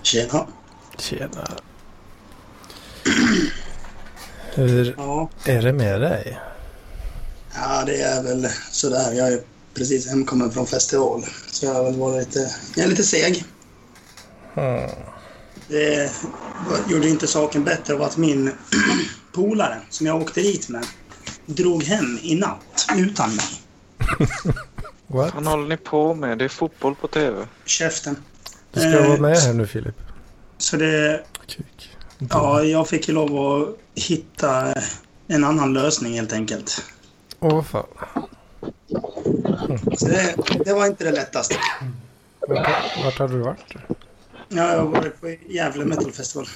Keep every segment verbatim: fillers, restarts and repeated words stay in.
Tjena. Tjena. Hur Ja. är det med dig? Ja, det är väl sådär. Jag är precis hemkommen från festival. Så jag har väl varit lite, jag är lite seg. Hmm. Det gjorde inte saken bättre av att min polare som jag åkte dit med drog hem i natt utan mig. What? Vad håller ni på med? Det är fotboll på tv. Käften. Du ska Eh, vara med här nu, Filip. Så det... Kuk. Ja, jag fick ju lov att hitta en annan lösning helt enkelt. Åh, vad fan. Så det, det var inte det lättaste. Vart, vart har du varit? Ja, jag har varit på Gävle Metal Festival.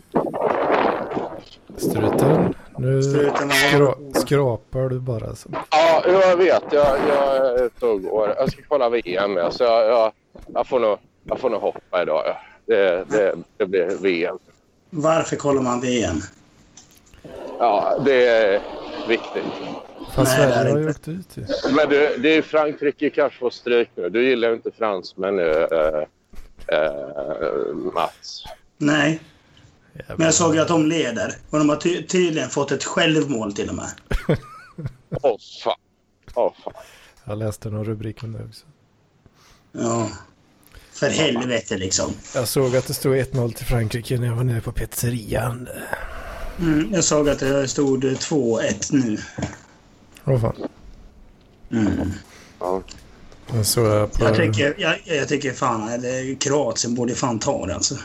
Struten? Nu Struten var- skra- skrapar du bara. Så. Ja, jag vet. Jag, jag är ute och går. Jag ska kolla V M. Ja, så jag, jag, jag, får nog, jag får nog hoppa idag. Ja. Det, det, det blir V M. Varför kollar man V M? Ja, det är viktigt. Fast Nej, det är Sverige har ju inte. åkt ut ju. Men du, det är Frankrike kanske får stryk nu. Du gillar ju inte fransmän nu, äh, äh, Mats. Nej, Jävlar. men jag såg ju att de leder. Och de har ty- tydligen fått ett självmål till och med. Åh, oh, fan. Åh, oh, fan. Jag läste någon rubrik om det också. Ja, för helvete liksom. Jag såg att det stod ett noll till Frankrike när jag var nere på pizzerian. Mm, jag såg att det stod två ett nu. Åh fan. Mm. Ja. Jag såg jag på... Jag tycker, jag, jag tycker fan att Kroatien borde fan ta det alltså.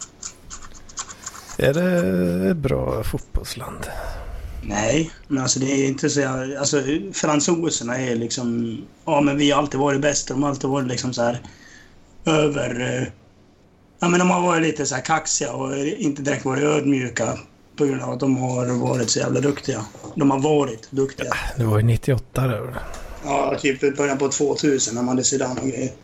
Är det ett bra fotbollsland? Nej, men alltså det är inte så jag, alltså fransoserna är liksom, ja men vi har alltid varit bäst, de har alltid varit liksom så här över, eh, ja men de har varit lite så här kaxiga och inte direkt varit ödmjuka på grund av att de har varit så jävla duktiga. De har varit duktiga. Det var ju nittioåtta där. Ja, typ i början på tvåtusen när man hade Zidane och grejer.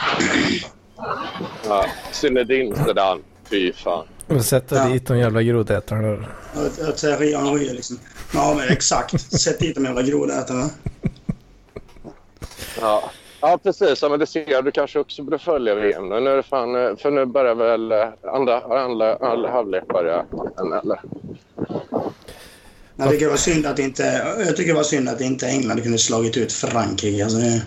Ja, Zinedine Zidane. Fy fan. Och sätta Ja. dit de jävla grodätarna. Att, att säga Rian och Ria liksom. Ja men exakt, sätt dit de jävla grodätarna. Ja. Ja, precis. Ja, men det ser jag. Du kanske också borde följa V M. Nu är det fan, för nu börjar väl andra, andra, andra halvlek börja. Eller? Jag tycker det var synd att inte, jag tycker det var synd att inte England kunde slagit ut Frankrike. Alltså det...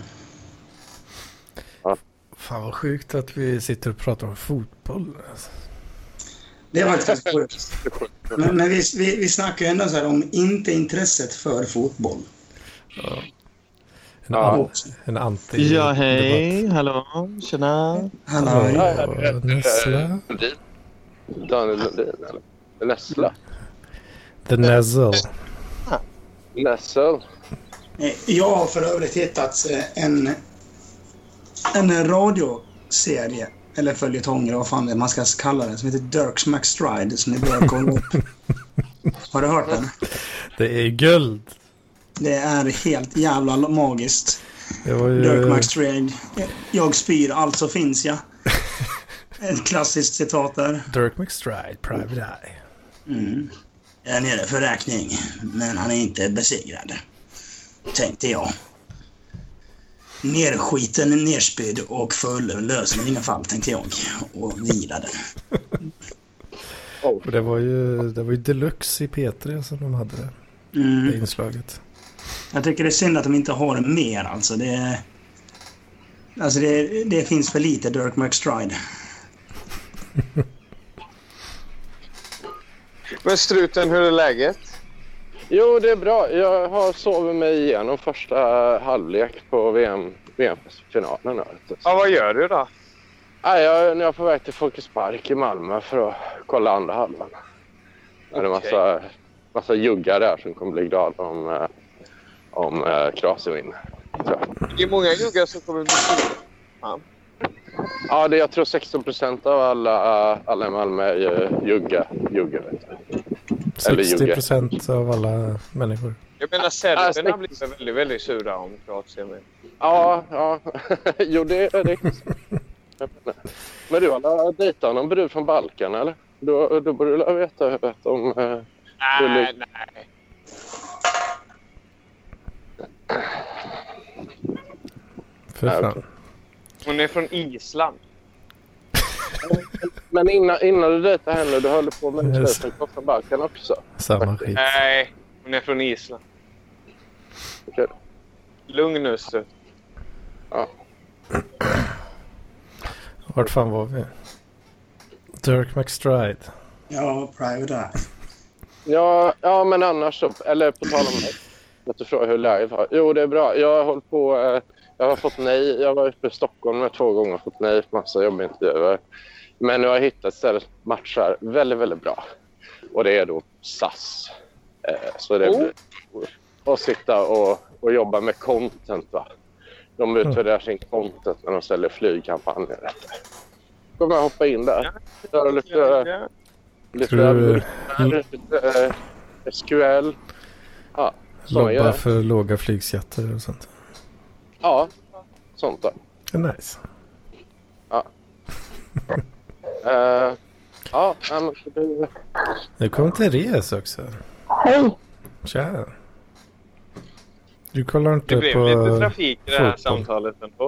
Fan vad sjukt att vi sitter och pratar om fotboll. Alltså. Det var faktiskt ganska sjukt. Men, men vi, vi, vi snackar ju ändå så här om inte intresset för fotboll. Ja. En, Ja. an, en anti Ja, hej. Hallå. Tjena. Hallå. Ja, Nessla. Daniel Lundin, eller? Nessla. The Nezzle. Nessel. Jag har för övrigt hittat en, en radioserie, eller följetong, eller vad fan det man ska kalla det, som heter Dirks McStride, som ni bör kolla upp. Har du hört den? Det är guld. Det är helt jävla magiskt. Det var ju... Dirk McStride. Jag spyr, alltså finns jag. Ett klassiskt citat där. Dirk McStride, Private Eye. Mm. Jag är nere för räkning, men han är inte besegrad. Tänkte jag. Nerskiten, nerspydd och full löser inga fall, tänkte jag. Och vilade. Och det var ju det var ju deluxe i P tre som de hade det, Mm. det inslaget. Jag tycker det är synd att de inte har mer, alltså. Det, alltså det, det finns för lite Dirk McStride. Men Struten, hur är läget? Jo, det är bra. Jag har sovit mig igenom första halvlek på V M, V M-finalen. Ja, vad gör du då? Nej, jag, jag är på väg till Folkets Park i Malmö för att kolla andra halvan. Det är en massa, massa juggar där som kommer bli glada om, eh, om eh, Kroatien vinner. tror jag. Det är många juggar som kommer bli stora. Ja. Ja, det, jag tror sexton procent av alla, alla i Malmö är jugga. jugga sextio procent av alla människor. Jag menar, serberna blir väldigt, väldigt sura om Kroatien vinner. Ja, ja. Jo, det är det. Men du har dejtat någon brud från Balkan, eller? Då, då borde du veta vet, om... Eh, nej, nej. För fan. Hon är från Island. Men innan, innan du dejtar henne, du höll på med en tjej från Balkan också. Samma skit. Nej, hon är från Island. Okej. Lugn nu, så. Ja. Vart fan var vi? Dirk McStride. Ja, Private Eye. Ja, ja, men annars så, eller på tal om det. Att du frågar hur läget var. Jo, det är bra. Jag har hållit på, eh, jag har fått nej. Jag var uppe i Stockholm med två gånger och fått nej på massa jobbintervjuer. Men nu har jag hittat stället matchar väldigt, väldigt bra. Och det är då S A S. Eh, så det blir att sitta och, och jobba med content, va. De utvärderar sin content när de ställer flygkampanjer. Kommer jag hoppa in där. Göra lite, lite, du... lite, lite uh, S Q L. Ja, lobba för låga flygskatter och sånt. Ja, sånt då. Det är nice. Ja. uh, ja, men det... Nu kom Therese också. Hej. Tja. Du kollar inte det blev på lite trafik i det här fotboll. samtalet ändå.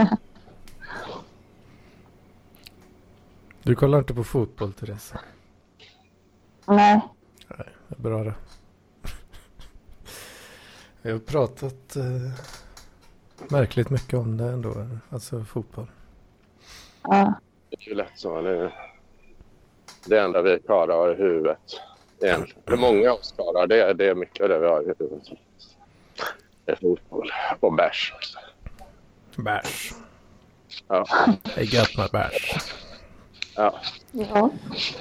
Du kollar inte på fotboll, Therese? Nej. Nej, det är bra det. Vi har pratat eh, märkligt mycket om det ändå, alltså fotboll. Ja. Det är ju lätt så. Det, är, det enda vi karlar har i huvudet. Egentligen. Det är många av oss karlar, det är, det är mycket av det vi har i huvudet. Det är fotboll och bärs också. Bärs. Ja. I got my bärs. Ja. Ja.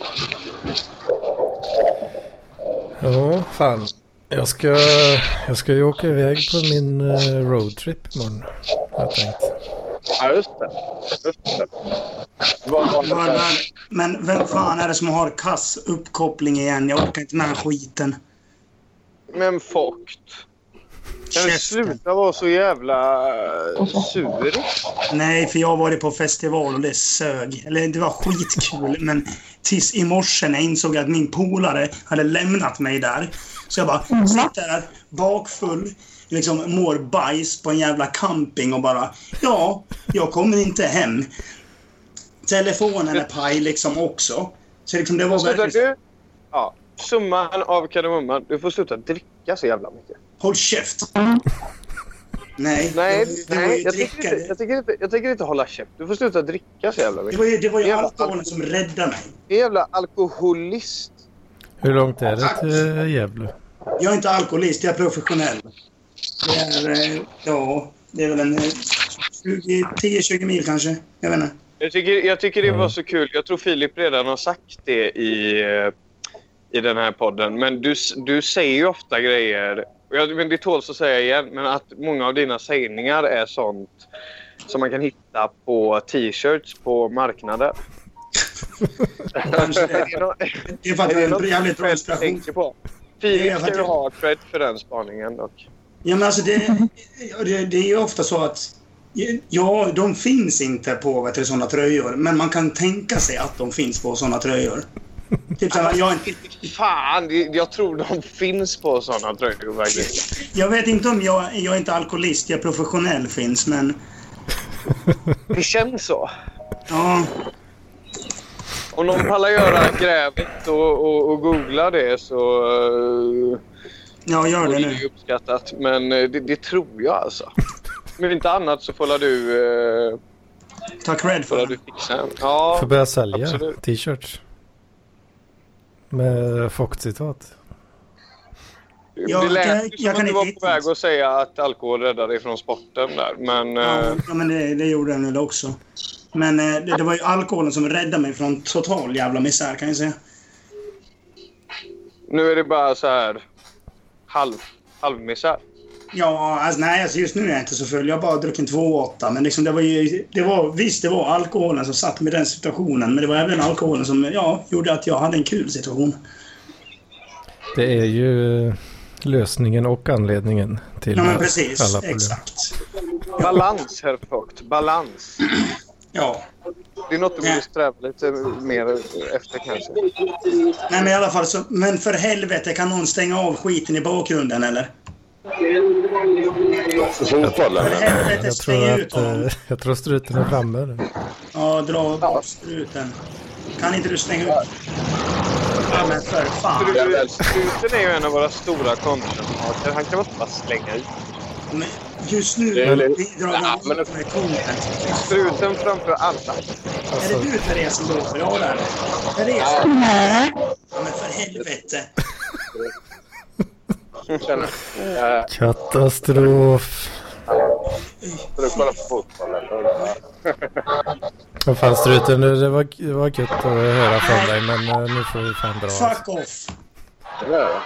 Ja, fan. Jag ska, jag ska ju åka iväg på min uh, roadtrip imorgon, har jag tänkt. Ja, just det. Just det. Vad var det Var, där? var, men vem fan är det som har kass uppkoppling igen? Jag orkar inte med den skiten. Men Fokt. Kan du Käften. sluta vara så jävla sur? Nej, för jag har varit på festival och det sög. Eller det var skitkul, men tills i morse när jag insåg att min polare hade lämnat mig där. Så jag bara Mm. sitter där bakfull, liksom mår bajs på en jävla camping och bara, ja, jag kommer inte hem. Telefonen är paj liksom också. Så liksom det var Sluta verkligen... du? Ja, summan av kardemumman. Du får sluta dricka så jävla mycket. Håll käft. Mm. Nej, Nej, det, det var ju nej jag, dricka. tycker inte, jag, tycker inte, jag tycker inte hålla käft. Du får sluta dricka så jävla Det mycket. var ju, det var ju Jävla alkoholen som räddade mig. Du är jävla alkoholist. Hur långt är det till Gävle? Jag är inte alkoholist, jag är professionell. Det är, eh, ja, det är väl en eh, tio tjugo mil kanske. Jag vet inte. Jag tycker, jag tycker det var så kul. Jag tror Filip redan har sagt det i, eh, i den här podden. Men du, du säger ju ofta grejer. Och jag, men det tåls att säga igen. Men att många av dina sägningar är sånt som man kan hitta på t-shirts på marknaden. Kanske det. Är det nå- Det är för att är det jag något är en jävligt bra du inspiration. tänker på? Det är Filip för ska att ju jag- ha cred för den spaningen dock. Ja, men alltså det, det, det är ju ofta så att ja, de finns inte på vet du, sådana tröjor. Men man kan tänka sig att de finns på sådana tröjor. Typ så här, jag, Fan, det- jag tror de finns på sådana tröjor verkligen. jag vet inte om jag, jag är inte alkoholist, jag är professionell finns, men Det känns så. ja, Om någon pallar göra grävet och, och, och googla det så uh, ja gör det det nu. är uppskattat. Men uh, det, det tror jag alltså. Men inte annat så får la du, uh, Ta cred får för la det. du fixa en. Ja, Får börja sälja absolut. t-shirts. Med Fokt-citat. Ja, det lät jag- ju som jag att kan du var inte på väg hitta. att säga att alkohol räddar dig från sporten där. Men Ja, uh, ja men det, det gjorde den väl också. Men eh, det, det var ju alkoholen som räddade mig från total jävla misär kan jag säga. nu är det bara så här halv, halvmisär. Ja, alltså, nej, alltså just nu är jag inte så full. Jag har bara druckit två åtta. Men liksom, det var ju... Det var, visst, det var alkoholen som satt med den situationen. Men det var även alkoholen som ja, gjorde att jag hade en kul situation. Det är ju lösningen och anledningen till Ja, men alla precis. problem. Exakt. Balans, herr Fogt. Balans. Ja. Det är något du Nej. borde sträva lite mer efter kanske. Nej, men i alla fall så... Men för helvete, kan någon stänga av skiten i bakgrunden, eller? Fotbollen. För helvete, Jag stäng tror ut att honom. eh, jag tror struten är framme. nu. Ja, bara dra bort struten. Kan inte du stänga upp? Ja, men för fan. Struten är ju en av våra stora content-parter. Han kan väl inte bara slänga ut. Men just nu Det är lite- bidrar han Ja, men- med content. Struten framför alla. Alltså, Är det du Therese som går för? Ja, där. Therese? Nej. Ja, men för helvete. Känner, äh, katastrof. för att kolla på fotboll. eller? Vad fan struten, det det var, det var gött att höra från dig, men eh, nu får vi fan dra. Fuck off. Ja.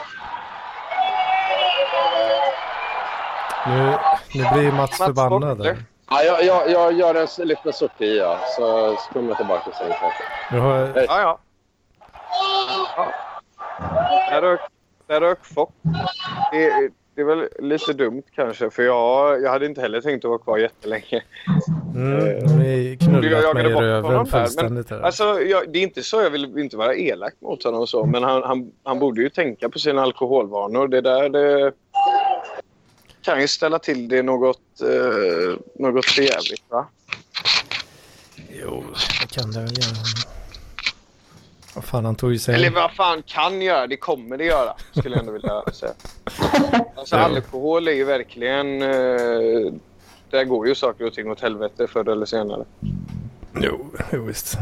Nu, nu blir Mats Mats förbannad. Bortle. där. Ja, jag, jag, jag gör en s- liten sortia, så så kommer jag tillbaka sen. kanske. Nu har jag, Ja, ja. ja. Där rök, där rök Fock. Det, är- det är väl lite dumt kanske, för jag, jag hade inte heller tänkt att vara kvar jättelänge. mm, ni Jag knullat mig jagade i bort röven honom där, fullständigt här. Alltså, jag, det är inte så, jag vill inte vara elak mot honom och så, men han, han, han borde ju tänka på sina alkoholvanor. Det där det kan ju ställa till det något, eh, något trevligt, va? Jo, det kan det väl göra. Vad fan, han tog ju sig... Eller vad fan kan göra, det kommer det göra, skulle jag ändå vilja säga. Alltså Ja. alkohol är ju verkligen... Eh, där går ju saker och ting åt helvete förr eller senare. Jo, jo visst.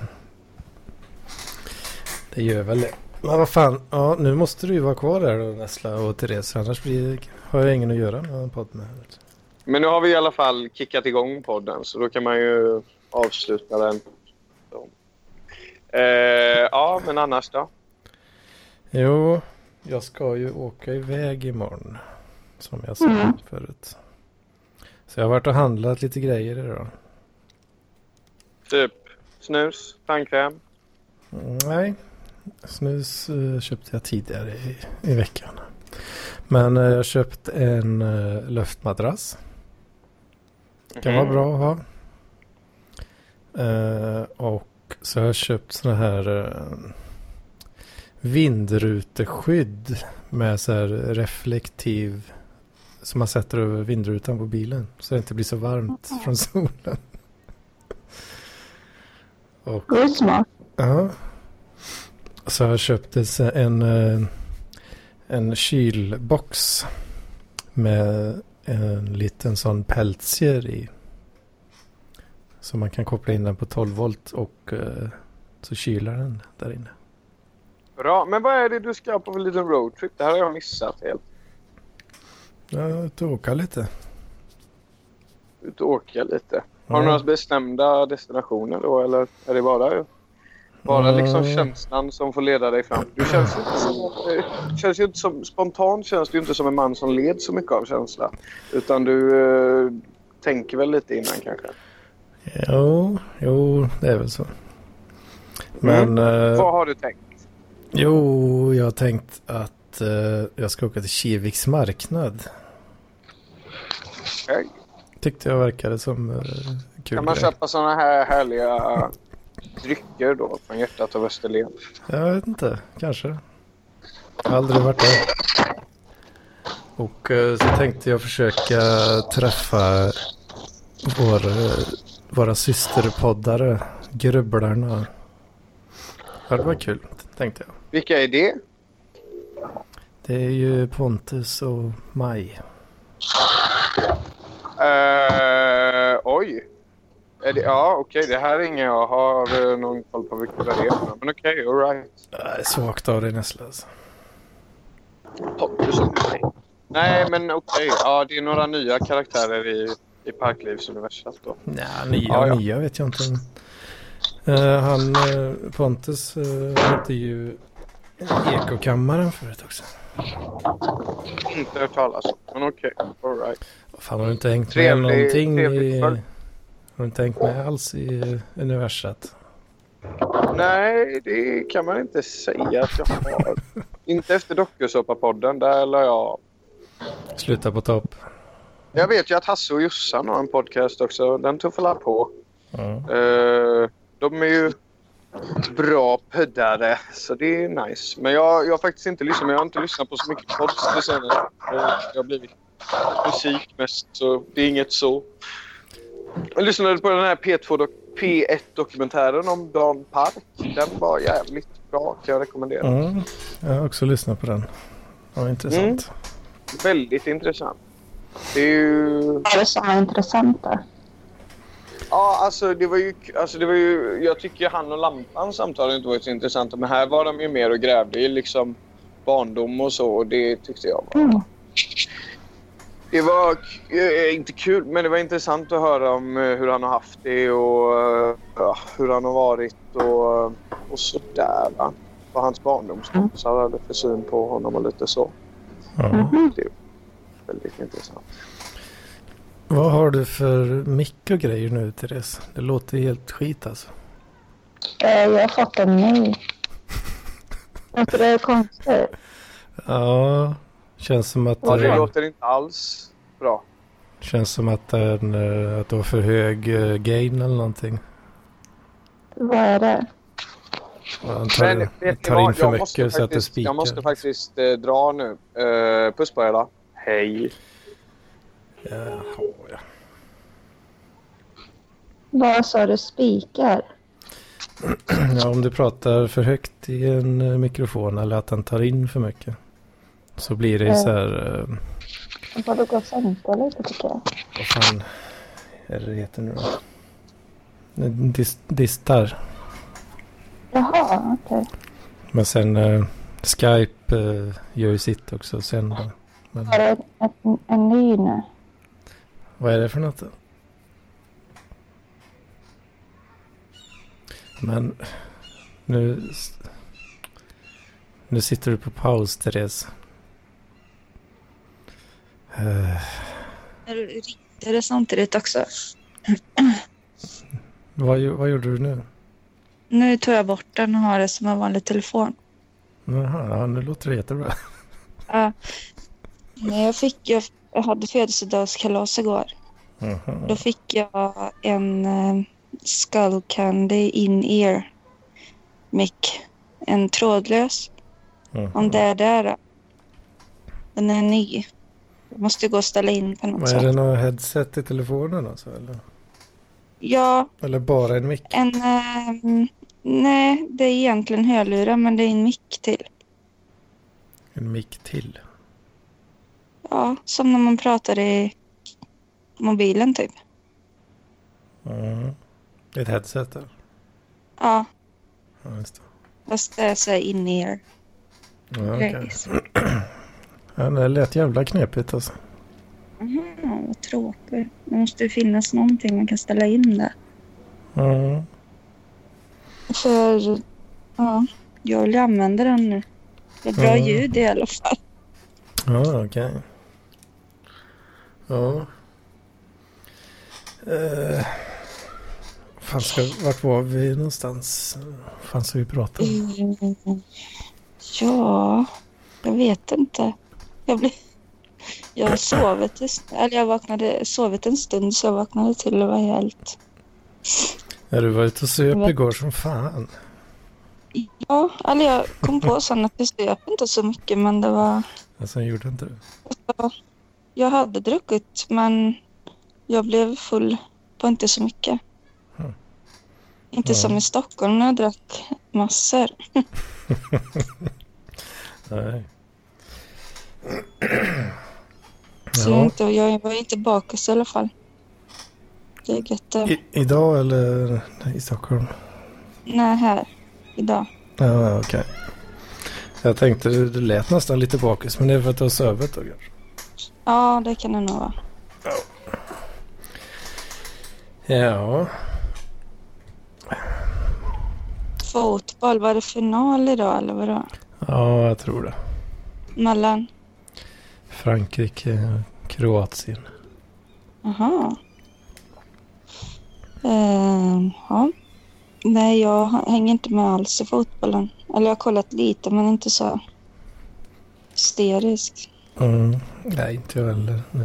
Det gör väl det. Men vad fan, ja, nu måste du ju vara kvar där då, Nessla och Therese. Annars blir, har jag ingen att göra med en podd med. Men nu har vi i alla fall kickat igång podden, så då kan man ju avsluta den. Så. Eh, ja, men annars då? Jo, jag ska ju åka iväg imorgon. Som jag sa Mm. förut. Så jag har varit och handlat lite grejer idag. Typ snus, tandkräm. Mm, nej, snus uh, köpte jag tidigare i, i veckan. Men uh, jag har köpt en uh, luftmadrass. Kan vara bra att ha. Uh, och så har jag köpt såna här uh, vindruteskydd med så här reflektiv som man sätter över vindrutan på bilen så det inte blir så varmt från solen. Och Det är smart. ja. Så har jag köpt en, en, en kylbox med en liten sån peltier i. Så man kan koppla in den på tolv volt och uh, så kylar den där inne. Bra, men vad är det du ska på en liten roadtrip? Det här har jag missat helt. Ja, ut och åka lite. Ut och åka lite. Har Ja. du några bestämda destinationer då, eller är det bara, bara Mm. liksom känslan som får leda dig fram? Du känns inte som, eh, känns ju inte som, spontant känns du inte som en man som led så mycket av känsla. Utan du eh, tänker väl lite innan kanske. Jo, jo, det är väl så. Men eh, Vad har du tänkt? jo, jag har tänkt att eh, jag ska åka till Kiviks marknad. Okay. Tyckte jag verkade som eh, kul Kan man grej. köpa såna här härliga drycker då från hjärtat av Österlen? Jag vet inte, kanske. Jag har aldrig varit där. Och eh, så tänkte jag försöka träffa vår, eh, våra systerpoddare, Grubblarna. Ja, det var kul, tänkte jag. Vilka är det? Det är ju Pontus och Maj. Uh, oj. Är det, ja, okej. Okay. Det här är ingen jag har uh, någon koll på vilka det är. Men okej, okay, all right. Det är svagt av dig Nessla. Alltså. Pontus och mig. Nej, men okej. Okay. Ja, det är några nya karaktärer i, i Parklivsuniversum då. Nja, nya Ja, ja. nya vet jag inte. Uh, han, uh, Pontus, uh, hade ju Ekokammaren förut också. Inte hört talas om. Men okej, okay. all right. Fan, har du inte hängt med Trevlig- någonting trevligt i... för- Har du inte hängt med alls i universat? Nej, det kan man inte säga att jag har. Inte efter Dokusåpa-podden. Där la jag... Sluta på topp. Jag vet ju att Hasse och Jossan har en podcast också. Den tuffar på. Ja. Uh, de är ju bra poddare, så det är nice. Men jag, jag har faktiskt inte lyssnat, men jag har inte lyssnat på så mycket pods det senaste. Jag har blivit musik mest, så det är inget så. Jag lyssnade på den här P två, P ett-dokumentären om Dan Park. Den var jävligt bra, kan jag rekommendera. Mm, jag har också lyssnat på den. Det var intressant. Mm. Väldigt intressant. Det är ju... Vad är det som är intressant där? Ja, alltså det var ju... Alltså, det var ju jag tycker han och Lampan samtalet inte var så intressanta. Men här var de ju mer och grävde i liksom barndom och så. Och det tyckte jag var... Mm. Det var eh, inte kul, men det var intressant att höra om eh, hur han har haft det och eh, ja, hur han har varit och, och sådär. Va? Vad hans barndomskompisar hade för syn på honom och lite så. Ja. Mhm. Det är väldigt intressant. Vad har du för mick och grejer nu, Therese? Det låter helt skit alltså. Eh, Jag har fått en ny. Låter det konstigt? Ja, känns som att Ja, det det, låter inte alls bra. känns som att, den, eh, att det var för hög eh, gain eller någonting. Vad är det? Han tar, Men vet ni tar vad? in för Jag måste mycket så att det faktiskt, spikar. jag måste faktiskt eh, dra nu. Eh, puss på er då. Hej. Jaha, ja. Vad sa du, spikar? Ja, om du pratar för högt i en eh, mikrofon eller att den tar in för mycket så blir det Ja. så här... Eh, Vad du går och sänka lite tycker jag. vad fan är det det heter nu då? Dis, distar. Jaha, okej. Men sen eh, Skype eh, gör ju sitt också sen då. Men Var det en, en ny nu? vad är det för något då? Men nu nu sitter du på paus, Therese. Uh, Är det samtidigt också? vad, gjo- vad gjorde du nu? Nu tar jag bort den och har det som en vanlig telefon. Jaha, ja, nu låter det jättebra. Ja. Men jag fick jag, jag hade födelsedagskalas igår. Jaha. Då fick jag en uh, Skull Candy in-ear mic. En trådlös. Jaha. Om det är där då. Den är ny. Jag måste gå och ställa in på något Vad är det, sätt. något headset i telefonen alltså, eller? Ja, Eller bara en mick? en... Uh, nej, det är egentligen hörlurar men det är en mic till. En mick till? Ja, som när man pratar i mobilen typ. Ja. Ett headset där? Ja, Ja, just det. fast det är så här in-ear. Ja, okej. grejs. Ja, det lät jävla knepigt alltså. Aha, vad tråkigt. Det måste ju finnas någonting man kan ställa in där. Ja. För, ja, jag vill använda den nu. Det är bra Ja. ljud i alla fall. Ja, okej. Ja. Eh, fan ska, vart var vi någonstans? Fan ska vi prata om? Mm, ja, jag vet inte. Jag blir... Jag har sovit, just, eller jag vaknade, sovit en stund så jag vaknade till och var helt... Ja, du var ute och söp Jag vet. igår som fan. Ja, eller jag kom på sen att jag söp inte så mycket men det var... Alltså, gjorde inte du? Jag hade druckit men jag blev full på inte så mycket. Mm. Inte Ja. som i Stockholm när jag drack massor. Nej. Så Ja. jag, inte, jag var inte bakis i alla fall. Det är gött. det. I, idag eller i Stockholm? Nej, här. Idag. Ja, okej. Jag tänkte det lät nästan lite bakis, men det är för att du har sövit då kanske. Ja, det kan det nog vara. Ja. Fotboll, var det final idag eller vadå? Ja, jag tror det. Mellan? Frankrike och Kroatien. Aha. Uh, ja. Nej, jag hänger inte med alls i fotbollen. Eller jag har kollat lite men inte så hysteriskt. Mm. Nej, inte jag heller. Nej.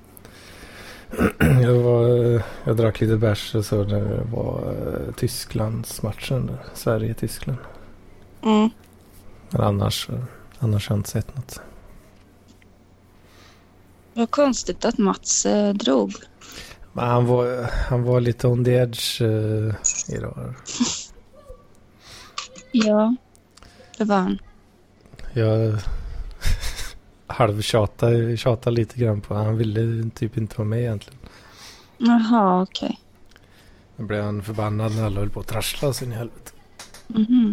Jag, var, jag drack lite bärs och så när det var uh, Tysklands matchen där. Sverige-Tyskland. Mm. Men annars, annars har jag inte sett något. Vad konstigt att Mats eh, drog. Men han var, han var lite on the edge uh, idag. Ja, det var han. Jag halvtjatade tjatade lite grann på. Han ville typ inte vara med egentligen. Jaha, okej. Okay. Då blev han förbannad när alla höll på att trassla sin i helvete. Mhm.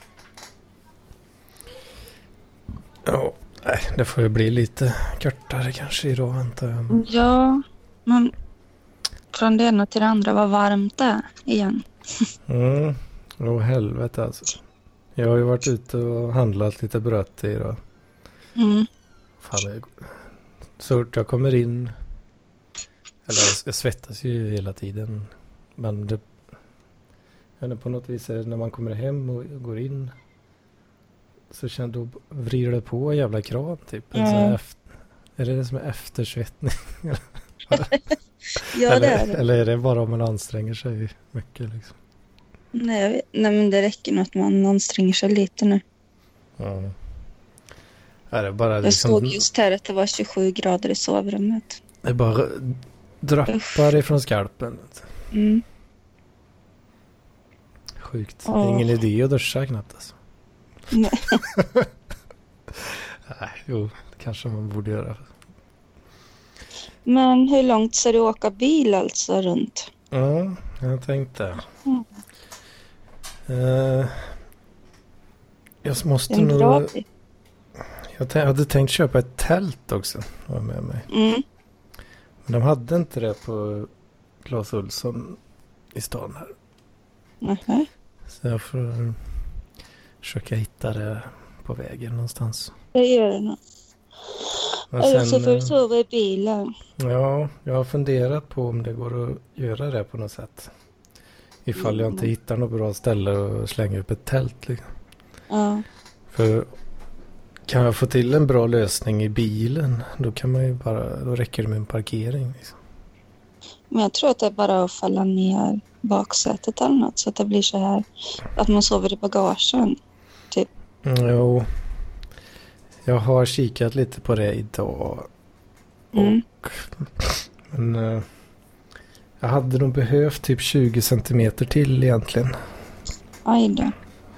Ja, nej, det får ju bli lite kortare kanske idag, antar jag. Ja, men från det ena till det andra var varmt där igen. Mm, åh helvete alltså. Jag har ju varit ute och handlat lite bröd idag. Mm. Fan, det är så jag kommer in. Eller jag svettas ju hela tiden. Men det, eller på något vis är det när man kommer hem och går in. Så känner då vrider det på en jävla kran typ. En Mm. sån här efter, är det det som är eftersvettning? Ja, eller, det är det. eller är det bara om man anstränger sig mycket liksom? Nej, jag vet. Nej, men det räcker nog att man anstränger sig lite nu. Ja. Är det bara Jag liksom, såg just här att det var tjugosju grader i sovrummet. det bara droppar ifrån skalpen. Mm. Sjukt. Ja. Det är ingen idé att duscha knappt alltså. Nej. Nej, jo, det kanske man borde göra. Men hur långt ska du åka bil alltså runt? Ja, jag tänkte. Mm. Uh, jag måste En nog... gratis. Jag t- hade tänkt köpa ett tält också. Var med mig. Mm. Men de hade inte det på Clas Ohlson i stan här. Nähä. Så jag får försöka hitta det på vägen någonstans. Det gör det nog. Men Eller så sen, får du eh, sova i bilen. ja, jag har funderat på om det går att göra det på något sätt. Ifall jag inte hittar något bra ställe och slänger upp ett tält. Liksom. Ja. För kan jag få till en bra lösning i bilen, då kan man ju bara, då räcker det med en parkering. Liksom. Men jag tror att det är bara att falla ner baksätet eller något. Så att det blir så här att man sover i bagagen. Typ. Mm, jo, jag har kikat lite på det idag. Mm. Och, men eh, jag hade nog behövt typ tjugo centimeter till egentligen. Aj då.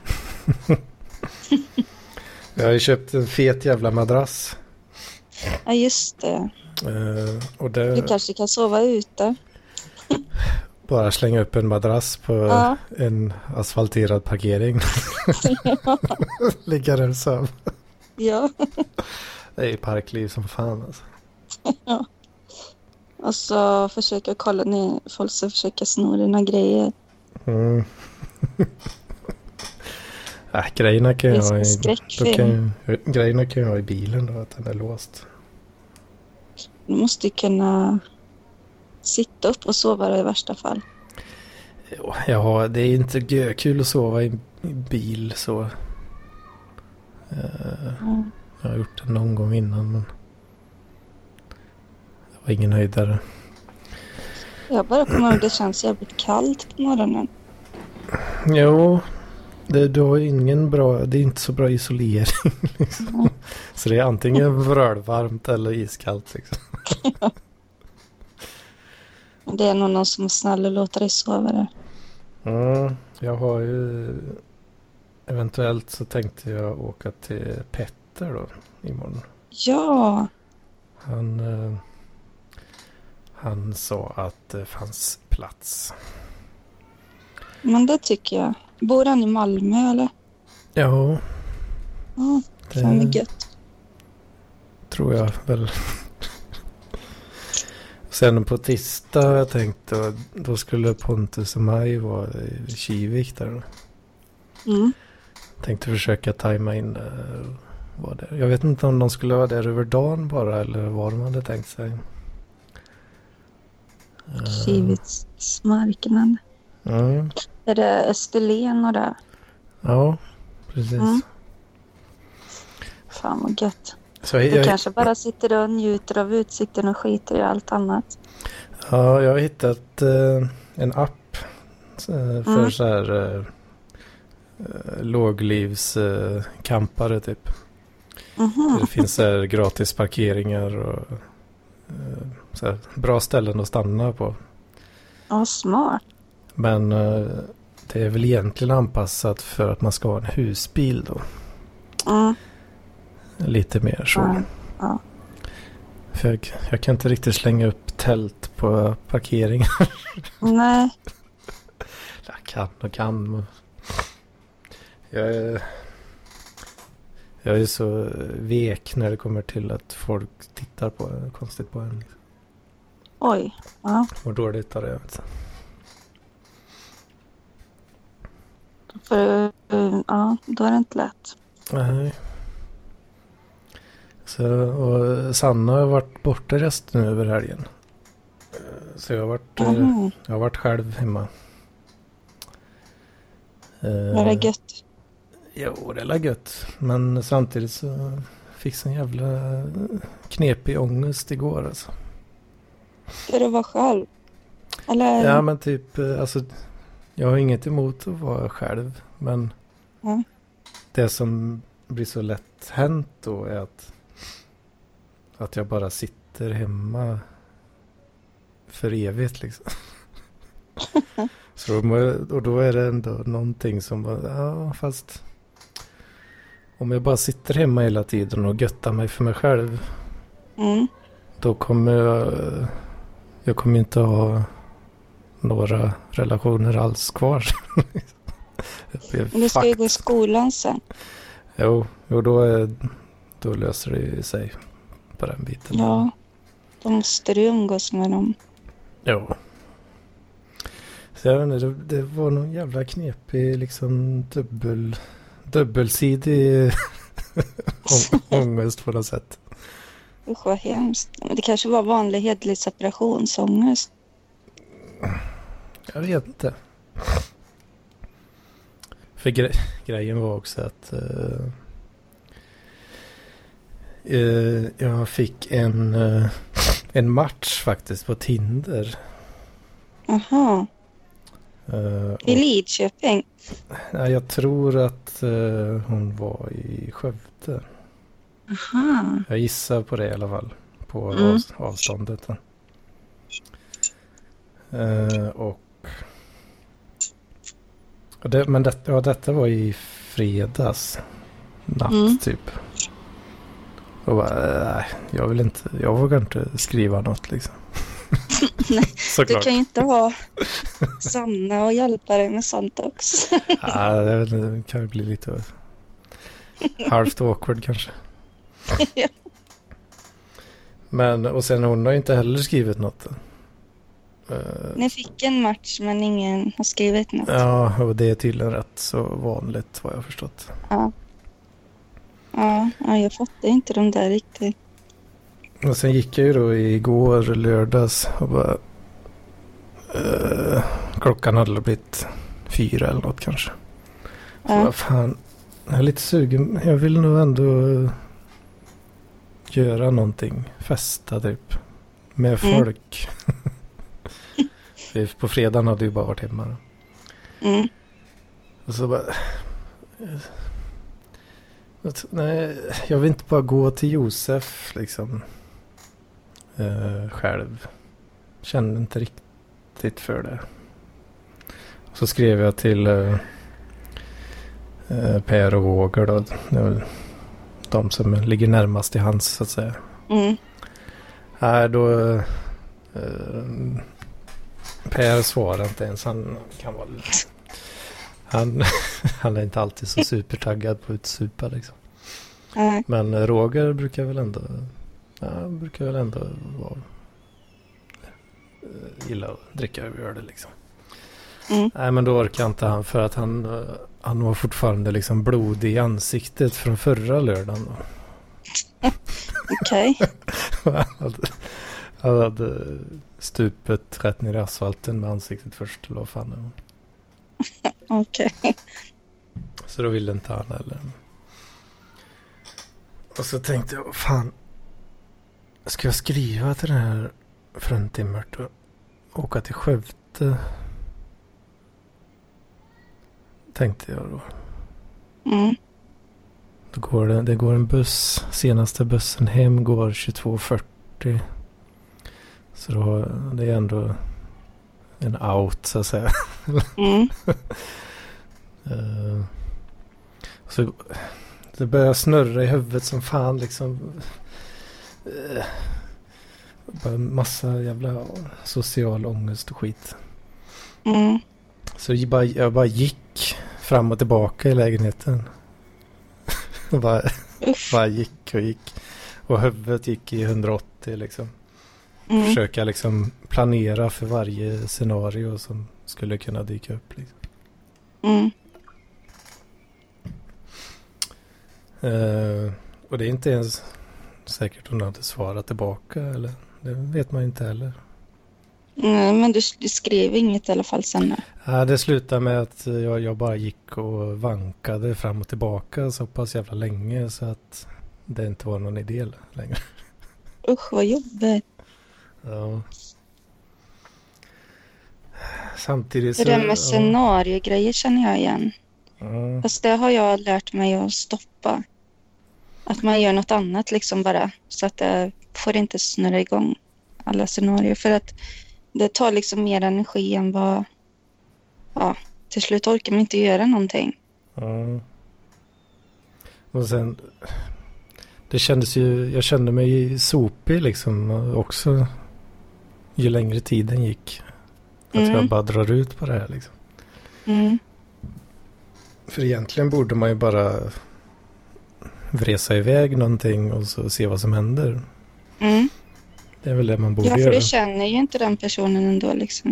Jag har ju köpt en fet jävla madrass. Ja, just det. Eh, och det, Du kanske kan sova ute. bara slänga upp en madrass på Ja. en asfalterad parkering. Ja. Ligga där och sova. Ja. Det är ju parkliv som fan alltså. Ja. Och så försöka kolla ner. Folk som försöker sno dina grejer. Mm. äh, grejerna kan jag Det är ha i, skräckfilm. då kan jag, grejerna kan jag ha i bilen då, att den är låst. Du måste ju kunna sitta upp och sova i värsta fall. Jo, jag har, det är inte gö- kul att sova i, i bil så. Uh, Mm. jag har gjort det någon gång innan, men det var ingen höjdare. Jag bara kommer ihåg, det känns jävligt kallt på morgonen. Jo, det, du har ju ingen bra, det är inte så bra isolering. Liksom. Mm. Så det är antingen vrölvarmt eller iskallt. Liksom. Det är nog någon som är snäll och låter dig sova där. Mm, jag har ju eventuellt så tänkte jag åka till Petter då imorgon. Ja, Han, eh, han sa att det fanns plats. men det tycker jag. Bor han i Malmö eller? Ja, Ja, det fan vad gött. tror jag väl. Sen på tisdag har jag tänkt då, då skulle Pontus och Maj vara i Kivik där då. Mm. Tänkte försöka tajma in det. Var det. Jag vet inte om de skulle vara där över dagen bara eller vad de hade tänkt sig. Kivitsmarknad. Mm. Är det Österlen och det? Ja, precis. Mm. Fan vad gött. Så Du jag, kanske bara sitter och njuter av utsikten och skiter i allt annat. ja, jag har hittat eh, en app eh, för Mm. så här eh, eh, låglivskampare typ. Mhm. Det finns så här gratis parkeringar och eh, så här, bra ställen att stanna på. Ja, smart. Men uh, det är väl egentligen anpassat för att man ska ha en husbil då. Mm. Lite mer så. Ja. Ja. För jag, jag kan inte riktigt slänga upp tält på parkeringen. Nej. Jag kan och kan. Jag är, jag är så vek när det kommer till att folk tittar på konstigt på en. Oj. Ja. Och dåligt av det. För, uh, ja, då är det inte lätt. Nej. Så, och Sanna har varit borta resten över helgen. Så jag har varit, Mm. eh, jag har varit själv hemma. Var det gött? Jo, det är gött. Men samtidigt så fick jag en jävla knepig ångest igår alltså. Ska du vara själv? Eller? Ja, men typ, alltså, jag har inget emot att vara själv. Men Mm. det som blir så lätt hänt då är att, att jag bara sitter hemma för evigt liksom. Så då, och då är det ändå någonting som bara, ja fast om jag bara sitter hemma hela tiden och göttar mig för mig själv, Mm. då kommer jag, jag kommer inte ha några relationer alls kvar. Men du ska ju gå i skolan sen. Jo, och då, är, då löser det ju sig på den biten. Ja. Då måste du umgås med dem. Jo. Så jag vet inte, det, det var någon jävla knepig liksom dubbel, dubbelsidig å- ångest på något sätt. Usch vad hemskt. Men det kanske var vanlig hedlig separationsångest. Jag vet inte. För gre- grejen var också att uh, uh, jag fick en, uh, en match faktiskt på Tinder. Aha. Uh, I Lidköping. Ja, jag tror att uh, hon var i Skövde. Aha. Jag gissar på det i alla fall. På Mm. av, avståndet. Uh, och, och det, men det, ja, detta var i fredags natt Mm. typ. Och bara, nej, jag vill inte, jag vågar inte skriva något liksom. Nej, Såklart. du kan ju inte ha Sanna och hjälpa dig med sånt också. Ja, det vet inte, det kan ju bli lite halvt awkward kanske. Ja. Men, och sen hon har inte heller skrivit något. Uh, Ni fick en match men ingen har skrivit något. ja, och det är tydligen rätt så vanligt vad jag har förstått. Ja. Ja, ja, jag fattar inte de där riktigt. Och sen gick jag ju då igår lördags och bara uh, klockan hade blivit fyra eller något kanske. Så Ja. vad fan, jag är lite sugen. Jag vill nog ändå göra någonting. Festa typ. Med Mm. folk. På fredagen hade jag bara varit hemma. Då. Mm. Och så bara... Nej, jag vill inte bara gå till Josef liksom. Uh, själv. Kände inte riktigt för det. Så skrev jag till uh, uh, Per och Roger då. Det är väl de som ligger närmast i hans så att säga. Mm. Nej, då uh, Per svarar inte ens. Han kan vara han, han är inte alltid så supertaggad på att supa liksom. Ja. Men Roger brukar väl ändå ja, brukar väl ändå vara gilla att dricka över öl liksom. Mm. Nej, men då orkar inte han för att han han var fortfarande liksom blodig i ansiktet från förra lördagen då. Okej. han, hade, han hade stupet rätt ner i asfalten med ansiktet först eller vad fan det var. Okej. Så då ville inte han heller. Och så tänkte jag, fan, ska jag skriva till den här fruntimmert och åka till Skövde? Tänkte jag då. Mm. Då går det, det går en buss, senaste bussen hem går tjugotvå fyrtio. Så då, det är ändå en out så att säga. Mm. uh, så det börjar snurra i huvudet som fan liksom. Uh, bara massa jävla social ångest och skit. Mm. Så jag bara, jag bara gick fram och tillbaka i lägenheten. bara, bara gick och gick. Och huvudet gick i hundraåttio liksom. Mm. Försöka liksom planera för varje scenario som skulle kunna dyka upp. Liksom. Mm. Uh, och det är inte ens säkert om de hade svarat tillbaka. Eller, det vet man inte heller. Nej, men du, du skrev inget i alla fall sen. Ja, det slutade med att jag, jag bara gick och vankade fram och tillbaka så pass jävla länge så att det inte var någon idé längre. Usch, vad jobbigt. Ja. Samtidigt så... Det där med scenariegrejer känner jag igen. Ja. Fast det har jag lärt mig att stoppa. Att man gör något annat liksom bara. Så att det får inte snurra igång alla scenarier. För att det tar liksom mer energi än vad... Ja, till slut orkar man inte göra någonting. Ja. Och sen... Det kändes ju... Jag kände mig sopig liksom också. Ju längre tiden gick. Att Mm. jag bara drar ut på det här liksom. Mm. För egentligen borde man ju bara vresa iväg någonting och så se vad som händer. Mm. Det är väl det man borde Ja, för göra. du känner ju inte den personen ändå liksom.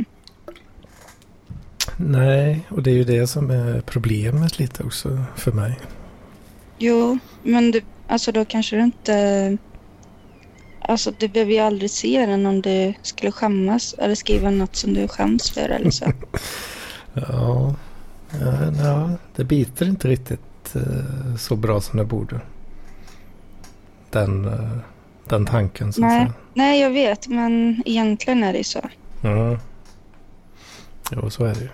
Nej, och det är ju det som är problemet lite också för mig. Jo, men du, alltså då kanske du inte... Alltså du behöver ju aldrig se den om du skulle skämmas eller skriva något som du skäms för eller så. Ja, ja, ja, det biter inte riktigt uh, så bra som det borde. Den, uh, den tanken så att Nej. säga. Nej, jag vet, men egentligen är det så. Mm. Jo, så är det ju.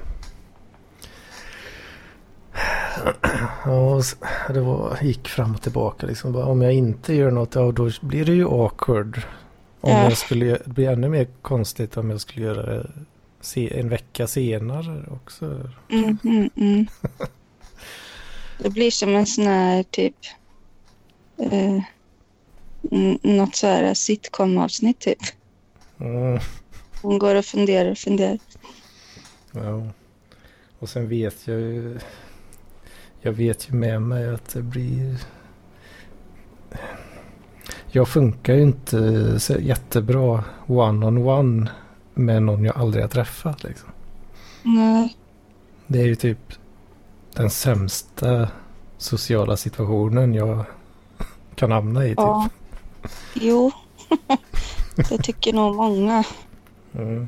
Ja, det var, gick fram och tillbaka liksom. Bara, om jag inte gör något, ja, då blir det ju awkward. Om Ja. jag skulle, det blir ännu mer konstigt om jag skulle göra det se, en vecka senare också. Mm, mm, mm. Det blir som en sån här typ... Eh, n- något så här sitcom-avsnitt typ. Mm. Hon går och funderar och funderar. Ja. Och sen vet jag ju... Jag vet ju med mig att det blir... Jag funkar ju inte så jättebra one-on-one med någon jag aldrig har träffat. Liksom. Nej. Det är ju typ den sämsta sociala situationen jag kan hamna i. Typ. Ja. Jo. Det tycker nog många. Mm.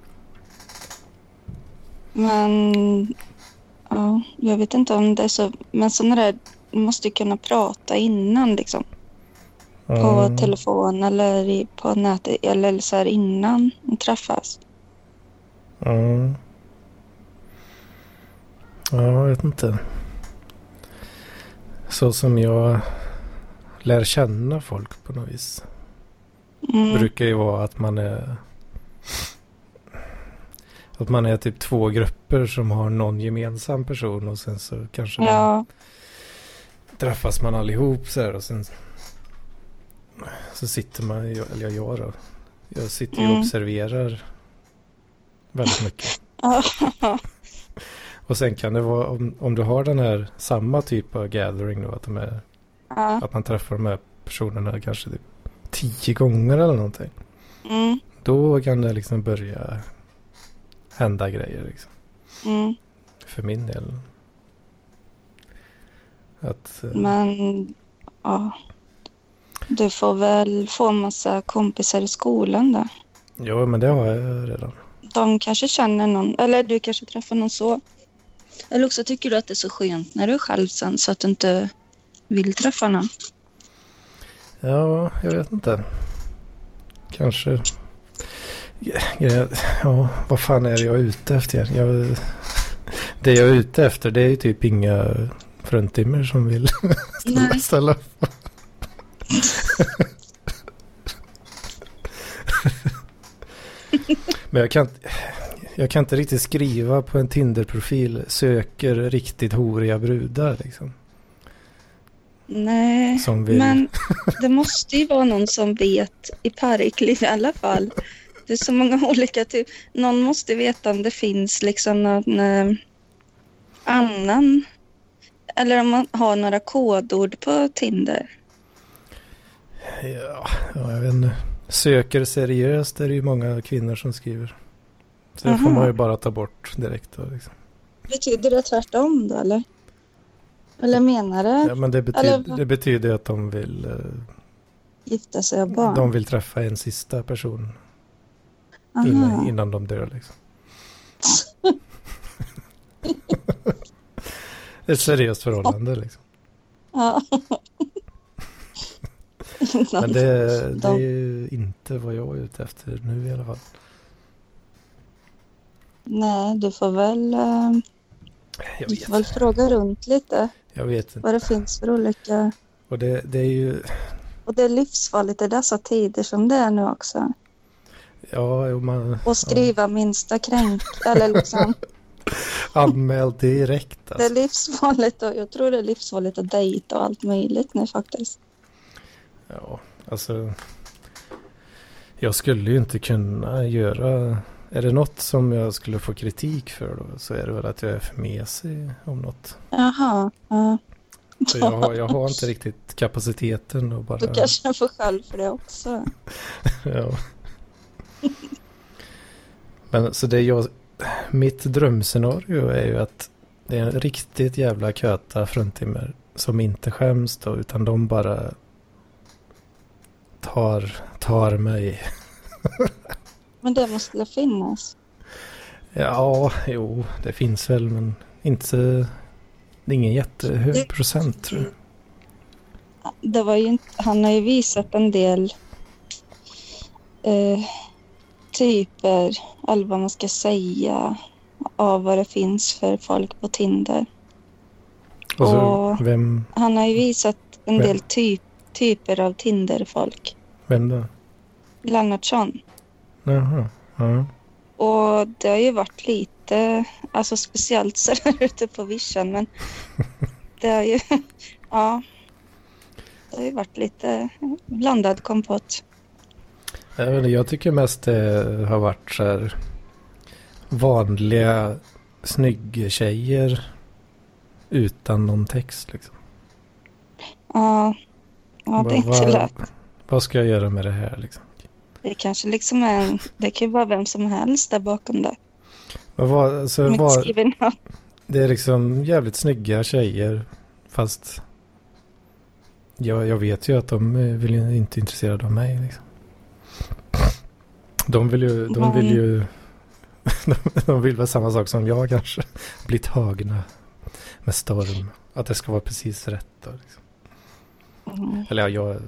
Men ja, jag vet inte om det är så. Men sådana där, du måste ju kunna prata innan liksom. På Mm. telefon eller i, på nätet. Eller så här innan ni träffas. Mm. Ja, jag vet inte. Så som jag lär känna folk på något vis. Mm. Brukar ju vara att man är att man är typ två grupper som har någon gemensam person och sen så kanske Ja. man, träffas man allihop så här och sen så sitter man, eller jag då, jag sitter ju och Mm. observerar väldigt mycket. Ja. Och sen kan det vara om, om du har den här samma typ av gathering då, att, de är, Ja. att man träffar de här personerna kanske typ tio gånger eller någonting. Mm. Då kan det liksom börja hända grejer liksom. Mm. För min del. Att, eh, Men ja. Du får väl få en massa kompisar i skolan då. jo, men det har jag redan. De kanske känner någon. Eller du kanske träffar någon så. Eller också tycker du att det är så skönt när du är själv sen. Så att du inte vill träffa någon. Ja, jag vet inte. Kanske. Ja, ja, ja, vad fan är det jag är ute efter? Jag, det jag är ute efter, det är ju typ inga fruntimmer som vill ställa, Nej. ställa upp. Men jag kan, jag kan inte riktigt skriva på en Tinder-profil söker riktigt horiga brudar liksom. Nej, Som vill... men det måste ju vara någon som vet i Parkliv i alla fall. Det är så många olika typer. Någon måste veta om det finns liksom någon eh, annan. Eller om man har några kodord på Tinder. Ja, ja, jag vet inte. Söker seriöst är det ju många kvinnor som skriver. Så det får man ju bara ta bort direkt då, liksom. Betyder det tvärtom då, eller? Eller menar det? Ja, men det betyder, eller... det betyder att de vill... Uh, gifta sig och barn? De vill träffa en sista person innan, innan de dör, liksom. Ett seriöst förhållande, liksom. Ja. Men det, det är ju inte vad jag är ute efter nu i alla fall. Nej, du får väl uh, du får väl fråga runt lite. Jag vet inte. Vad det finns för olika... Och det, det är ju... Och det är livsfarligt i dessa tider som det är nu också. Ja, jo, man... Och skriva ja. minsta kränk, eller liksom... Anmäl direkt, alltså. Det är livsfarligt och jag tror det är livsfarligt att dejta och allt möjligt nu faktiskt. Ja, alltså... Jag skulle ju inte kunna göra... Är det något som jag skulle få kritik för då, så är det väl att jag är för mesig om något. Jaha, ja. Så jag har, jag har inte riktigt kapaciteten och bara... Du kanske får själv för det också. Ja. Men så det jag... Mitt drömscenario är ju att det är en riktigt jävla köta fruntimmer som inte skäms då, utan de bara tar, tar mig. Men det måste det finnas. Ja, jo, det finns väl, men inte... Det är ingen jättehög det, procent, tror jag. Det var ju inte, han har ju visat en del eh, typer, eller vad man ska säga, av vad det finns för folk på Tinder. Och, så, och vem, han har ju visat en vem? del typ, typer av Tinder-folk. Vem då? Lennartsson. Jaha, ja. Och det har ju varit lite, alltså speciellt så där ute på vischan, men det har ju, ja, det har ju varit lite blandad kompott. Jag, vet inte, jag tycker mest det har varit så här vanliga snygga tjejer utan någon text liksom. Ja, ja det är inte vad, lätt. Vad ska jag göra med det här liksom? Det kanske liksom är, det kan ju vara vem som helst där bakom det. Vad var, alltså, Mitt var, skriven något. det är liksom jävligt snygga tjejer, fast jag, jag vet ju att de vill ju inte intresserade av mig liksom. De vill ju, de vill ju de, de vill väl samma sak som jag kanske, bli tagna med storm, att det ska vara precis rätt då, liksom. Mm. Eller ja, jag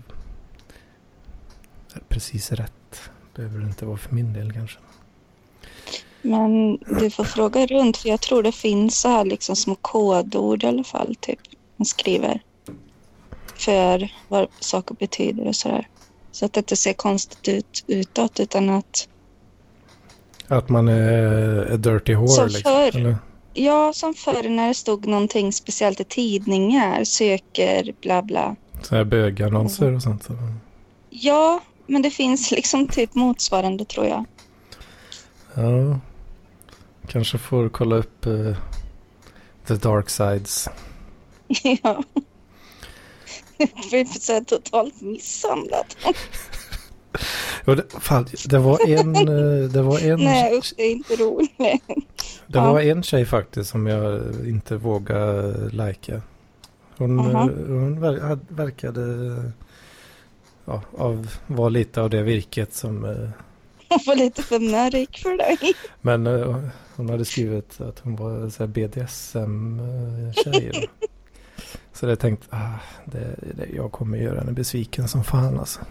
är precis rätt. Det vill inte vara för min del kanske. Men du får fråga runt, för jag tror det finns så här liksom små kodord i alla fall, typ man skriver för vad saker betyder och sådär. Så att det inte ser konstigt ut utåt, utan att att man är a dirty whore som liksom, förr, eller? Ja, som förr när det stod någonting speciellt i tidningar, söker bla bla. Så här bögannonser mm. och sånt. Så. Ja, men det finns liksom typ motsvarande, tror jag. Ja. Kanske får kolla upp uh, the dark sides. Ja. Jag blir så här totalt misshandlad. Ja, det, fan, det var en... Det var en Nej, usch, det är inte roligt. Det ja. var en tjej faktiskt som jag inte vågade lajka. Hon, uh-huh. hon ver, verkade ja, av, var lite av det virket som... Hon var lite för märk för dig. Men uh, hon hade skrivit att hon var så här B D S M-tjej. Så jag tänkte, ah, det, det, jag kommer göra henne besviken som fan alltså.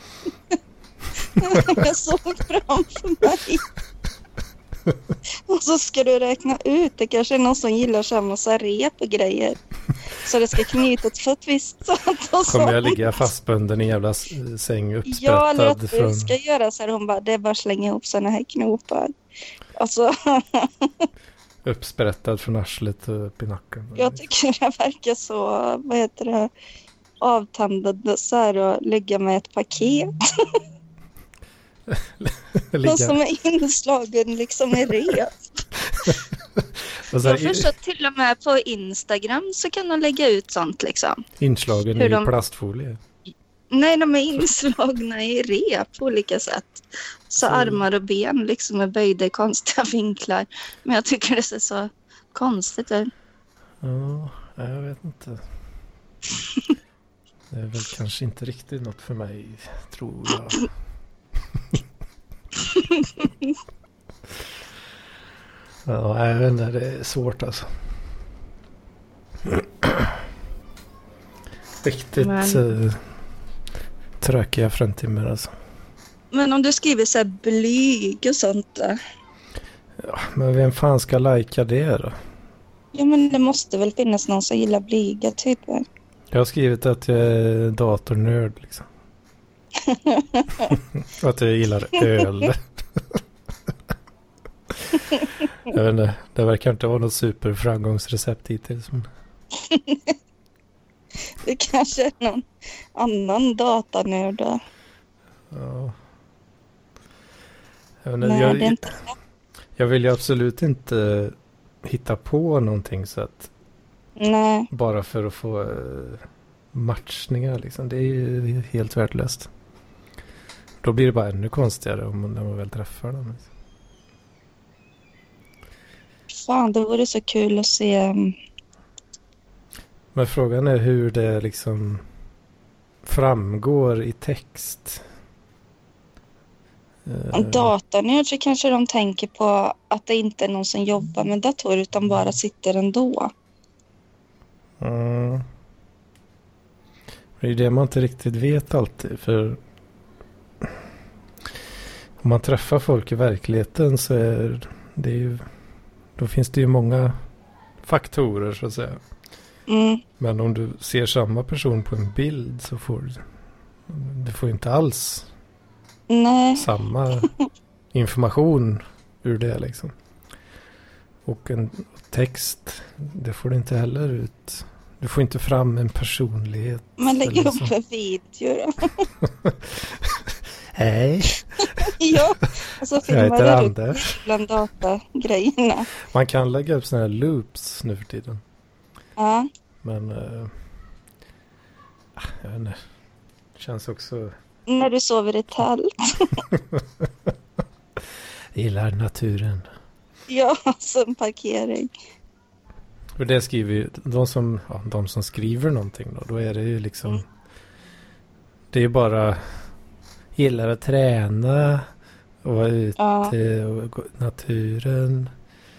Jag såg framför mig. Och så ska du räkna ut, det kanske är någon som gillar så här massa rep och grejer. Så det ska knytas för ett visst sätt och så. Kommer jag ligga fastbunden i en jävla säng uppsprättad? Ja, eller att från... du ska göra så här, hon bara, det är bara slänga ihop såna här knopar. Alltså, Uppsprättad från arslet och upp i nacken. jag tycker det verkar så, vad heter det, avtändande så här och lägga med ett paket. Någon som är inslagen liksom i rep. Och så här, Jag förstår att till och med på Instagram så kan de lägga ut sånt liksom. inslagen hur i de- plastfolie. Nej, de är inslagna i rep på olika sätt. Så, Så- armar och ben liksom är böjda i konstiga vinklar. Men jag tycker det ser så konstigt ut. Ja, jag vet inte. Det är väl kanske inte riktigt något för mig, tror jag. Ja, jag vet inte, det är svårt alltså. Riktigt Men- eh, tråkiga fruntimmer alltså. Men om du skriver så här blyg och sånt då? Ja, men vem fan ska lajka det då? Ja, men det måste väl finnas någon som gillar blyga typer. Jag har skrivit att jag är datornörd liksom. Och att jag gillar öl. Jag vet inte, det verkar inte vara något superframgångsrecept hittills. Men... Det kanske är någon annan datanörd då. Ja. Jag, vet inte, Nej, jag, det är inte. jag vill ju absolut inte hitta på någonting så att Nej, bara för att få uh, matchningar liksom. Det är ju helt värdelöst. Då blir det bara ännu konstigare om man, när man väl träffar dem. Liksom. fan det vore så kul att se. um, Men frågan är hur det liksom framgår i text. Om Uh, datanörd så kanske de tänker på att det inte är någon som jobbar med datorer utan bara sitter ändå. Mm. Det är det man inte riktigt vet alltid. För om man träffar folk i verkligheten så är det ju, då finns det ju många faktorer så att säga. Mm. Men om du ser samma person på en bild så får du, du får inte alls Nej, samma information ur det liksom. Och en text, det får du inte heller ut. Du får inte fram en personlighet. men lägg eller upp så. en video då. Hej, Ja, och så jag filmar heter du Anders. bland datagrejerna. Man kan lägga upp såna här loops nu för tiden. Ja, Men uh, jag vet inte. Känns också... när du sover i tält. Gillar naturen. Ja, alltså en parkering. För det skriver ju, de som, ja, de som skriver någonting då, då är det ju liksom, Mm. det är ju bara gillar att träna och vara ute Ja, och gå naturen.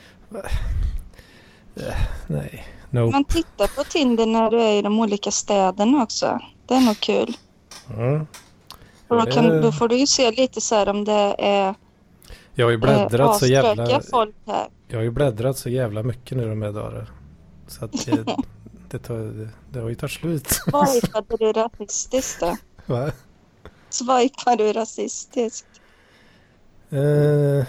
Eh, Nej, nope. man tittar på Tinder när du är i de olika städerna också. Det är nog kul. Mm. Och då, kan, Eh, då får du ju se lite så här om det är Jag har ju bläddrat eh, så jävla, asstökiga folk här. jag har ju bläddrat så jävla mycket nu de här dagarna. Så att det, det, tar, det har ju tagit slut. Swipade du rasistiskt då? Va? Swipade du rasistiskt? Eh,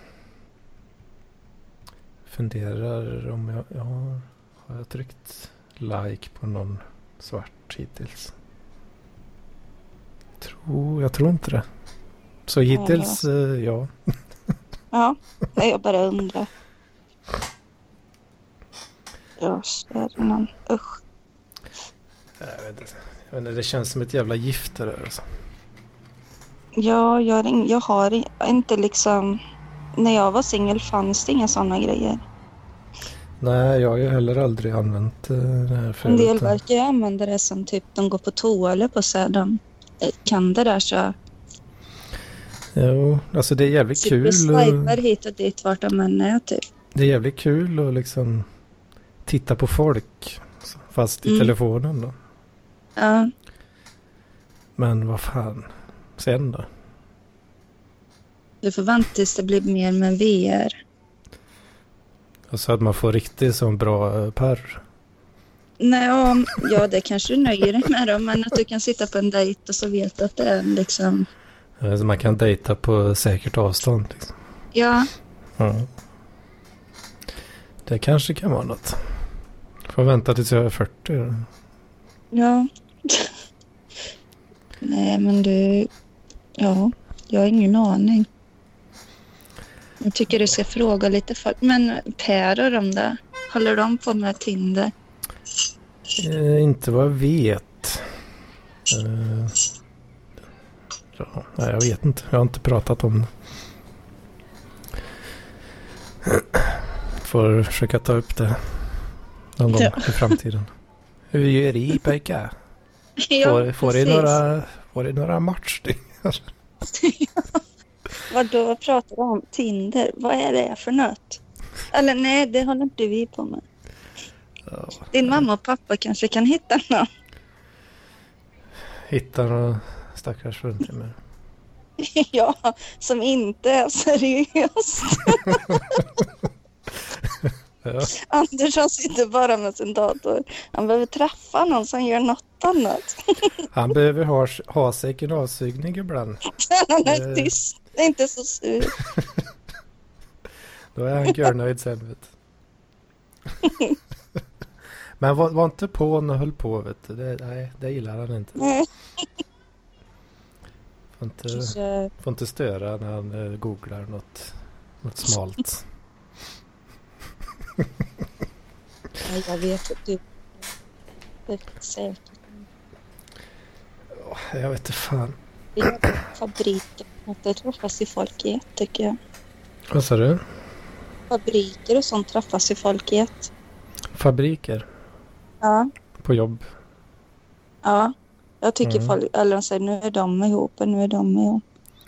funderar om jag, ja, har jag tryckt like på någon svart hittills? Tror, jag tror inte det. Så hittills, eh, ja. Ja, nej, jag bara undrar. Jag ser någon. Usch. Jag vet inte. Jag vet inte, det känns som ett jävla gift det där alltså. Ja, jag, har ing- jag har i- inte liksom... När jag var singel fanns det inga sådana grejer. Nej, jag har ju heller aldrig använt eh, det här En förut. del verkar ju använda det som typ de går på toa eller på så här, de eh, kan det där så... Jo, alltså det är jävligt Sitter kul. och swipar hit och dit vart de än är typ. Det är jävligt kul att liksom titta på folk fast i Mm. telefonen då. Ja, Men vad fan, sen då? du får vänta tills det blir mer med V R. Alltså att man får riktigt sån bra eh, parr. Nej, ja, ja, det kanske du nöjer dig med då, men att du kan sitta på en dejt och så vet du att det är liksom... Alltså man kan dejta på säkert avstånd liksom. Ja, Ja. Det kanske kan vara något. Får vänta tills jag är fyrtio. Ja. Nej, men du... Ja, jag har ingen aning. Jag tycker du ska fråga lite folk. Men Per och de där, håller de på med Tinder? Eh, inte vad jag vet. Eh, ja, nej, jag vet inte. Jag har inte pratat om det. Får försöka ta upp det någon gång Ja. i framtiden. Hur gör ni, pojkar? Ja, Får, får, det precis. några, får det några matchningar? Vadå, vad pratar du om? Tinder? Vad är det för något? Eller nej, det håller inte vi på med. Ja. Din mamma och pappa kanske kan hitta någon. Hittar några stackars fruntimmer. Ja, som inte är seriöst. Ja. Anders han sitter bara med sin dator. Han behöver träffa någon som gör något annat. Han behöver ha, ha sig en avsugning ibland. Han är Eh. tyst. Det är inte så sur. Då är han görnöjd sen, vet du. Men var, var inte på när han höll på, vet du. Det, nej, det gillar han inte. Nej. Får inte, Kanske- får inte störa när han uh, googlar något, något smalt. Nej, jag vet att du... Det är säkert. Oh, jag vet inte fan. Det är fabriker. Att det träffas i folk i ett, tycker jag. Vad sa du? Fabriker och sånt träffas i folk i ett. Fabriker Ja. på jobb. Ja. Jag tycker Mm. folk... Eller de säger, nu är de ihop och nu är de ihop.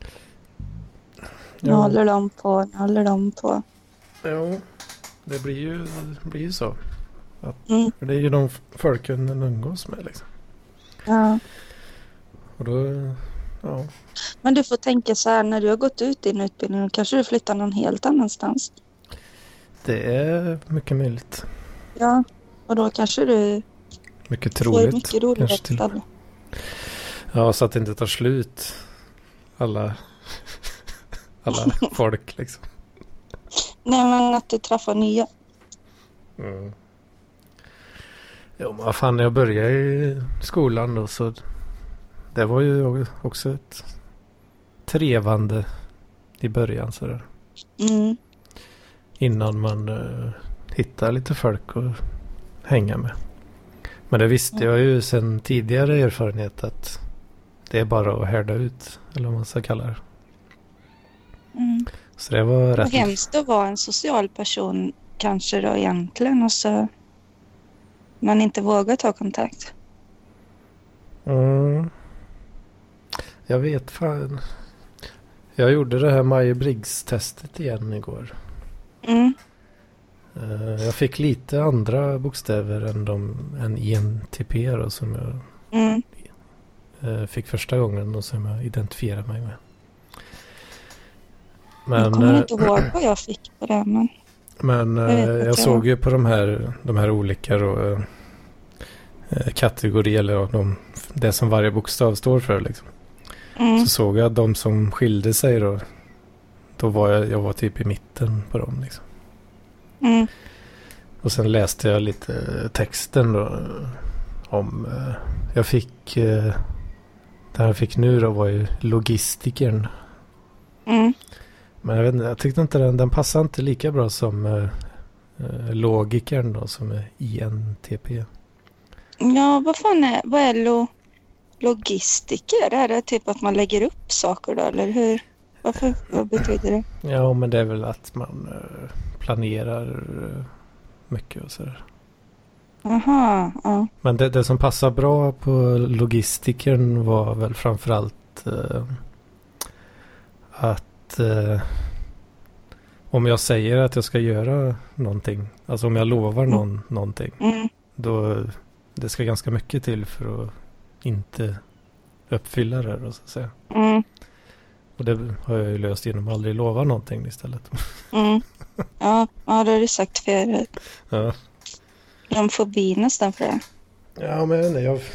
Nu Ja. håller de på, nu håller de på. Jo, det blir ju, det blir ju så. Mm. För det är ju de folken den umgås med liksom. Ja. Och då, ja. Men du får tänka så här, när du har gått ut din utbildning, då kanske du flyttar någon helt annanstans. Det är mycket möjligt. Ja, och då kanske du Mycket får troligt. mycket roligare kanske till. ställe. Ja, så att det inte tar slut. Alla, alla folk liksom. Nej, men att du träffar nya. Mm. Ja, men vad fan, när jag började i skolan då, så det var ju också ett trevande i början sådär. Mm. Innan man uh, hittar lite folk att hänga med. Men det visste jag ju sedan tidigare erfarenhet att det är bara att härda ut, eller vad man ska kalla det. Mm. Så det var Och rätt. hemskt att vara en social person kanske då egentligen, och så man inte vågar ta kontakt. Mm. Jag vet fan. Jag gjorde det här Myers-Briggs-testet igen igår. Mm. Uh, jag fick lite andra bokstäver än, de, än E N T P då, som jag Mm. uh, fick första gången och som jag identifierade mig med. Jag Men, kommer uh, inte ihåg vad jag fick på det, men men uh, Jag vet jag, att jag- såg ju på de här, de här olika då, uh, uh, kategorier, eller de, det som varje bokstav står för liksom. mm. Så såg jag att de som skilde sig då, då var jag, jag var typ i mitten på dem liksom. Mm. Och sen läste jag lite texten då om, eh, jag fick, eh, det här jag fick nu då var ju logistikern. Mm. Men jag vet inte, jag tyckte inte den, den passade inte lika bra som eh, eh, logikern då, som är I N T P. Ja, vad fan är, vad är lo, logistiker? Är det typ att man lägger upp saker då, eller hur? Varför, vad betyder det? Ja, men det är väl att man eh, planerar eh, mycket och sådär. Aha, ja. Men det, det som passar bra på logistikern var väl framförallt eh, att eh, om jag säger att jag ska göra någonting, alltså om jag lovar någon någonting, Mm. då det ska ganska mycket till för att inte uppfylla det då, så att säga. Mm. Och det har jag ju löst genom att aldrig lova någonting istället. Mm. Ja, ja, det har du sagt förut. Ja. De får bli nästan för det. Ja, men jag vet inte, jag,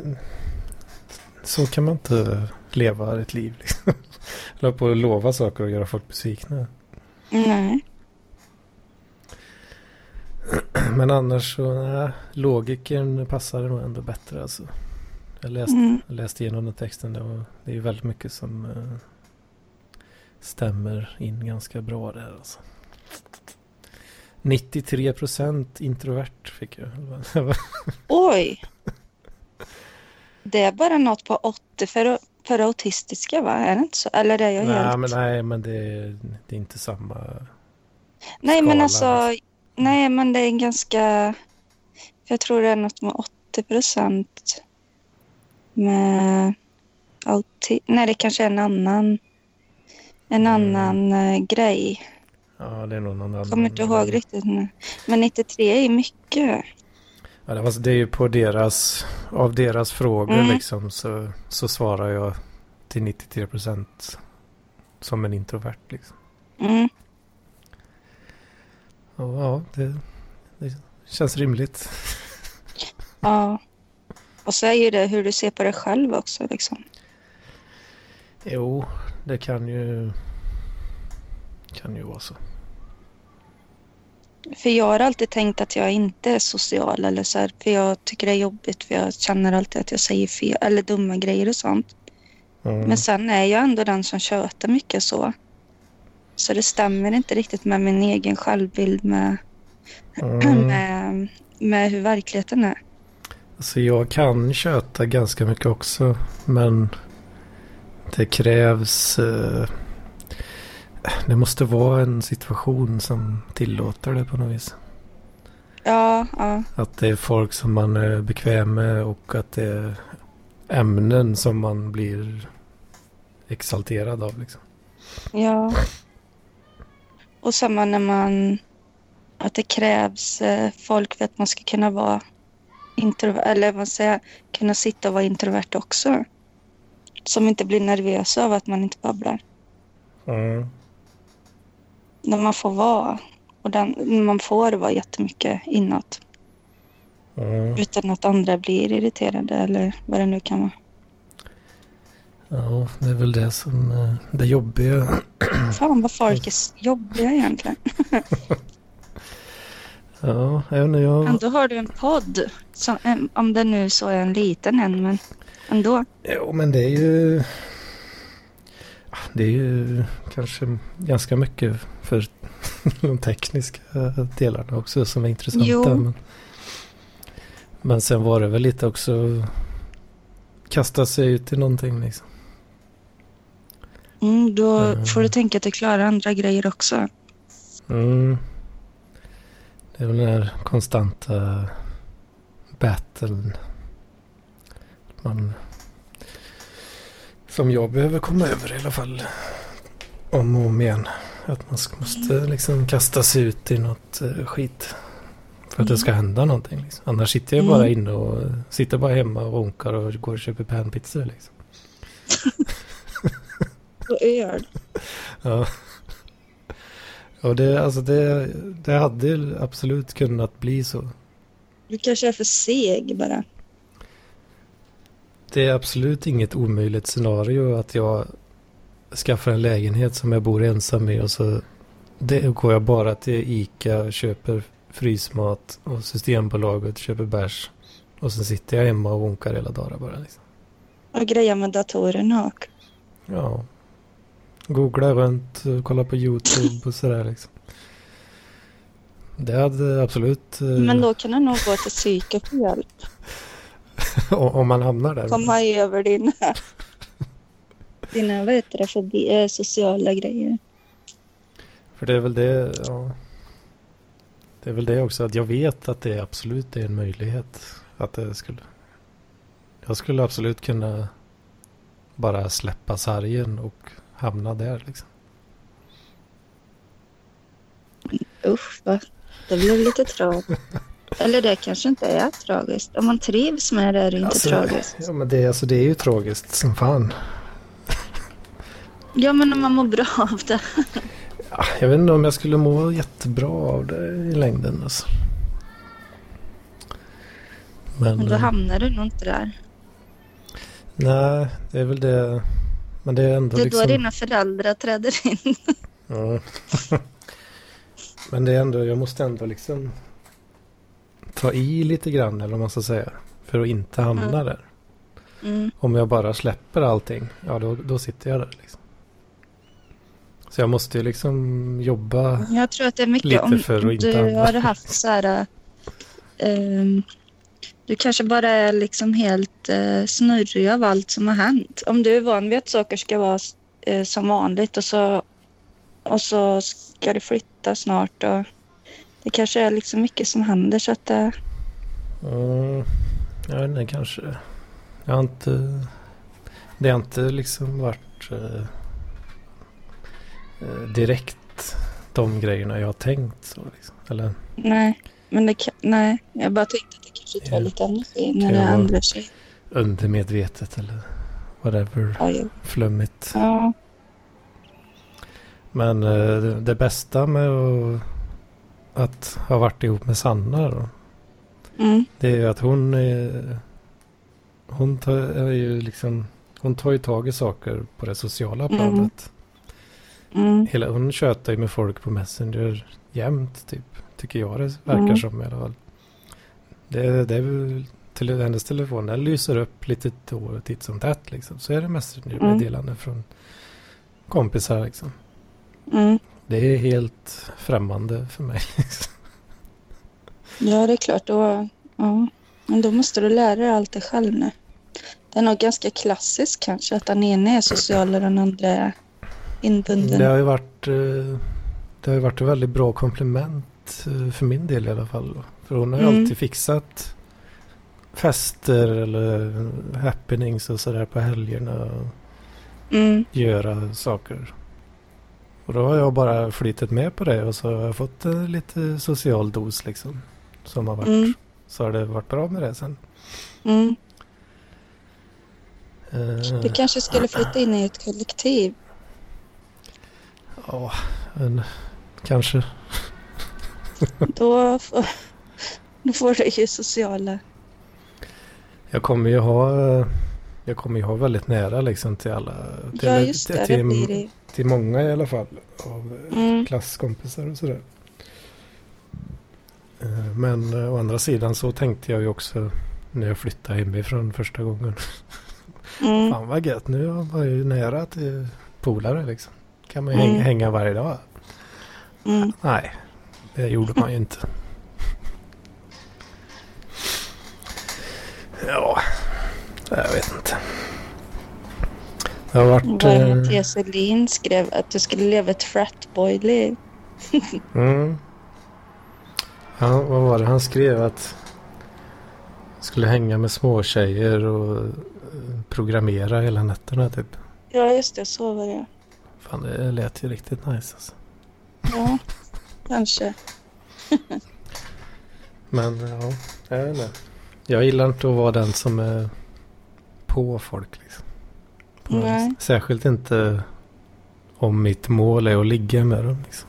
så kan man inte leva ett liv liksom. Eller på att lova saker och göra folk besvikna. Nej. Men annars så, nej, logiken passade nog ändå bättre alltså. Jag läste, Mm. jag läste igenom den texten där och det är ju väldigt mycket som eh, stämmer in ganska bra där alltså. nittiotre procent introvert fick jag. Oj! Det är bara något på åttio för, för autistiska, va? Är det inte så? Eller är jag nej, helt... men, nej, men det är, det är inte samma Nej, men skala, alltså... Nej, men det är ganska... Jag tror det är något med åttio procent med autism. Nej, det kanske är en annan... En Mm. annan eh, grej. Ja, det är nog någon annan. Kommer inte ihåg riktigt nu. Men nittiotre är mycket. Ja, det, var, det är ju på deras, av deras frågor Mm. liksom så, så svarar jag till nittiotre procent som en introvert liksom. Mm. Och ja, det, det känns rimligt. Ja. Och så är ju det hur du ser på dig själv också liksom. Jo, det kan ju kan ju vara så. För jag har alltid tänkt att jag inte är social eller så här, för jag tycker det är jobbigt för jag känner alltid att jag säger fel eller dumma grejer och sånt. Mm. Men sen är jag ändå den som tjötar mycket så. Så det stämmer inte riktigt med min egen självbild med, Mm. med, med hur verkligheten är. Alltså jag kan köta ganska mycket också, men det krävs eh, det måste vara en situation som tillåter det på något vis. Ja, ja. Att det är folk som man är bekväm med och att det är ämnen som man blir exalterad av liksom. Ja. Och samma när man... Att det krävs eh, folk för att man ska kunna vara introvert. Eller vad säger jag, kunna sitta och vara introvert också. Som inte blir nervös av att man inte babblar. Mm. När man får vara. Och den, när man får vara jättemycket inåt. Mm. Utan att andra blir irriterade eller vad det nu kan vara. Ja, det är väl det som eh, det jobbiga. Fan vad folk är jobbiga egentligen. Ja, även när jag... Ändå har du en podd. Som, em, om det nu så är en liten en, men ändå. Jo, men det är ju... Det är ju kanske ganska mycket för de tekniska delarna också som är intressanta. Jo. Men, men sen var det väl lite också kasta sig ut i någonting liksom. Mm, då Mm. får du tänka att du klarar andra grejer också. Mm. Det är väl den här konstanta battlen. Man, som jag behöver komma över i alla fall. Om och om igen. Att man ska, måste liksom kasta sig ut i något uh, skit. För att det ska hända någonting. Liksom. Annars sitter jag Mm. bara inne och uh, sitter bara hemma och onkar och går och köper panpizzor liksom. Och öl. Ja. Och det, alltså det, det hade absolut kunnat bli så. Du kanske är för seg bara. Det är absolut inget omöjligt scenario att jag skaffar en lägenhet som jag bor ensam i och så det går jag bara till Ica, köper frysmat och Systembolaget, köper bärs och så sitter jag hemma och onkar hela dagen bara liksom. Och grejer med datorerna och. Ja. Googla runt, kolla på YouTube och sådär liksom. Det hade absolut... eh, Men då kan du nog gå till psyk och få hjälp. om man hamnar där. Komma över dina, dina vad heter det, fobi, eh, sociala grejer. För det är väl det, ja. Det är väl det också att jag vet att det absolut är en möjlighet. Att det skulle... Jag skulle absolut kunna bara släppa sargen och hamna där liksom. Usch, va? Det blir lite tragiskt. Eller det kanske inte är tragiskt. Om man trivs med det är det inte Alltså, tragiskt. ja, men det, alltså, det är ju tragiskt som fan. Ja, men om man mår bra av det. Ja, jag vet inte om jag skulle må jättebra av det i längden. Alltså. Men, Men då eh, hamnar du nog inte där. nej, det är väl det. Men det är ändå Det är liksom... då dina föräldrar träder in. Mm. Men det är ändå, jag måste ändå liksom ta i lite grann, eller vad man ska säga, för att inte hamna Mm. där. Mm. Om jag bara släpper allting, ja då, då sitter jag där liksom. Så jag måste ju liksom jobba Jag tror att det är mycket lite om för att inte du hamna. har haft så här... ehm, du kanske bara är liksom helt uh, snurrig av allt som har hänt. Om du är van vid att saker ska vara eh, som vanligt och så, och så ska du flytta snart. Och det kanske är liksom mycket som händer så att det... Mm, jag vet inte, kanske. Jag har inte... Det har inte liksom varit eh, eh, direkt de grejerna jag har tänkt. Så liksom. Eller, Nej, men det kan, nej, jag bara tänkte att det kanske tar Ja. lite energi när Kan det vara- ändrar sig. undermedvetet eller whatever, Ja, jo. flummigt. Ja. Men eh, det, det bästa med att, att ha varit ihop med Sanna då, Mm. det är ju att hon är, hon tar, är ju liksom, hon tar ju tag i saker på det sociala Mm. planet. Mm. Hela, hon tjötar ju med folk på Messenger jämt typ, tycker jag det verkar Mm. som i alla fall. Det, det är väl till hennes telefon, den lyser upp lite då, titt som tätt liksom. Så är det Messenger-meddelande från kompisar liksom. Mm. Det är helt främmande för mig. Ja, det är klart. Då, ja. Men då måste du lära dig allt det själv nu. Det är nog ganska klassiskt kanske att den ena är social och den andra är inbunden. Det har ju varit, eh, det har ju varit ett väldigt bra komplement eh, för min del i alla fall. då. För hon har ju Mm. alltid fixat fester eller happenings och sådär på helgerna och Mm. göra saker. Och då har jag bara flyttat med på det och så har jag fått eh, lite social dos liksom. Som har varit. Mm. Så har det varit bra med det sen. Mm. Eh, Du kanske skulle flytta in i ett kollektiv. Ja, men kanske. Då får, då får du ju sociala. Jag kommer ju ha eh, jag kommer ju ha väldigt nära liksom till alla. Till, Ja, just det. till, Det blir det. till många i alla fall. Av eh, Mm. klasskompisar och sådär. Eh, Men eh, å andra sidan så tänkte jag ju också när jag flyttade hemifrån första gången. Mm. Fan vad gött, nu var jag ju nära till polare liksom. Kan man ju Mm. hänga, hänga varje dag. Mm. Nej, det gjorde man ju inte. Ja, jag vet inte. Det har varit... Var eh, Mattias Elin skrev att du skulle leva ett fratboy-liv. Mm. Ja, vad var det? Han skrev att skulle hänga med små tjejer och eh, programmera hela nätterna typ. Ja, just det. Så var det. Fan, det lät ju riktigt nice alltså. Ja, kanske. Men ja, jag vet inte. Jag gillar inte att vara den som är på folk liksom. På något Nej. vis. Särskilt inte om mitt mål är att ligga med dem liksom.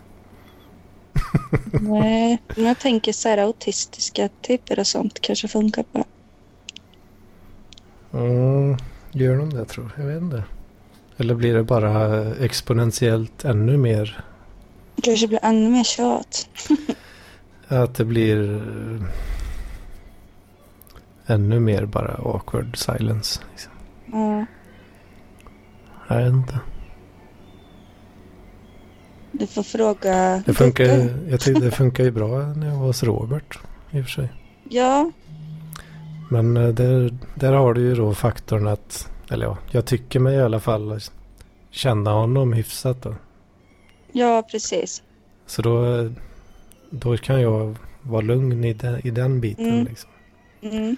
Nej, men jag tänker så här autistiska typer och sånt kanske funkar bra. Mm, gör de det tror jag? Jag vet inte. Eller blir det bara exponentiellt ännu mer? Kanske blir ännu mer tjat. Att det blir eh, ännu mer bara awkward silence. Liksom. Ja, Jag vet inte. du får fråga. Det funkar, Gugge. jag tyckte det funkar ju bra när jag var hos Robert i och för sig. Ja, Men eh, där, där har du ju då faktorn att, eller ja, jag tycker mig i alla fall känna honom hyfsat då. ja precis. Så då, då kan jag vara lugn i den, i den biten Mm. liksom. Mm.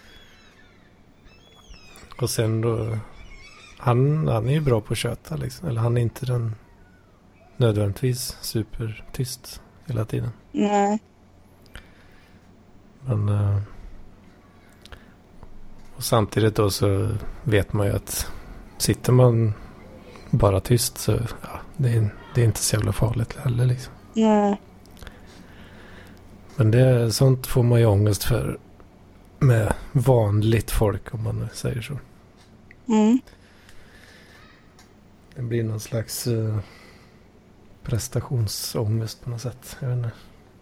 Och sen då, han, han är ju bra på att köta liksom. Eller han är inte den nödvändigtvis supertyst hela tiden. Nej. Men eh, och samtidigt då så vet man ju att sitter man bara tyst så ja, det är, det är inte så jävla farligt heller liksom. Nej. Men det, sånt får man ju ångest för med vanligt folk om man nu säger så. Mm. Det blir någon slags uh, prestationsångest på något sätt. Jag vet inte.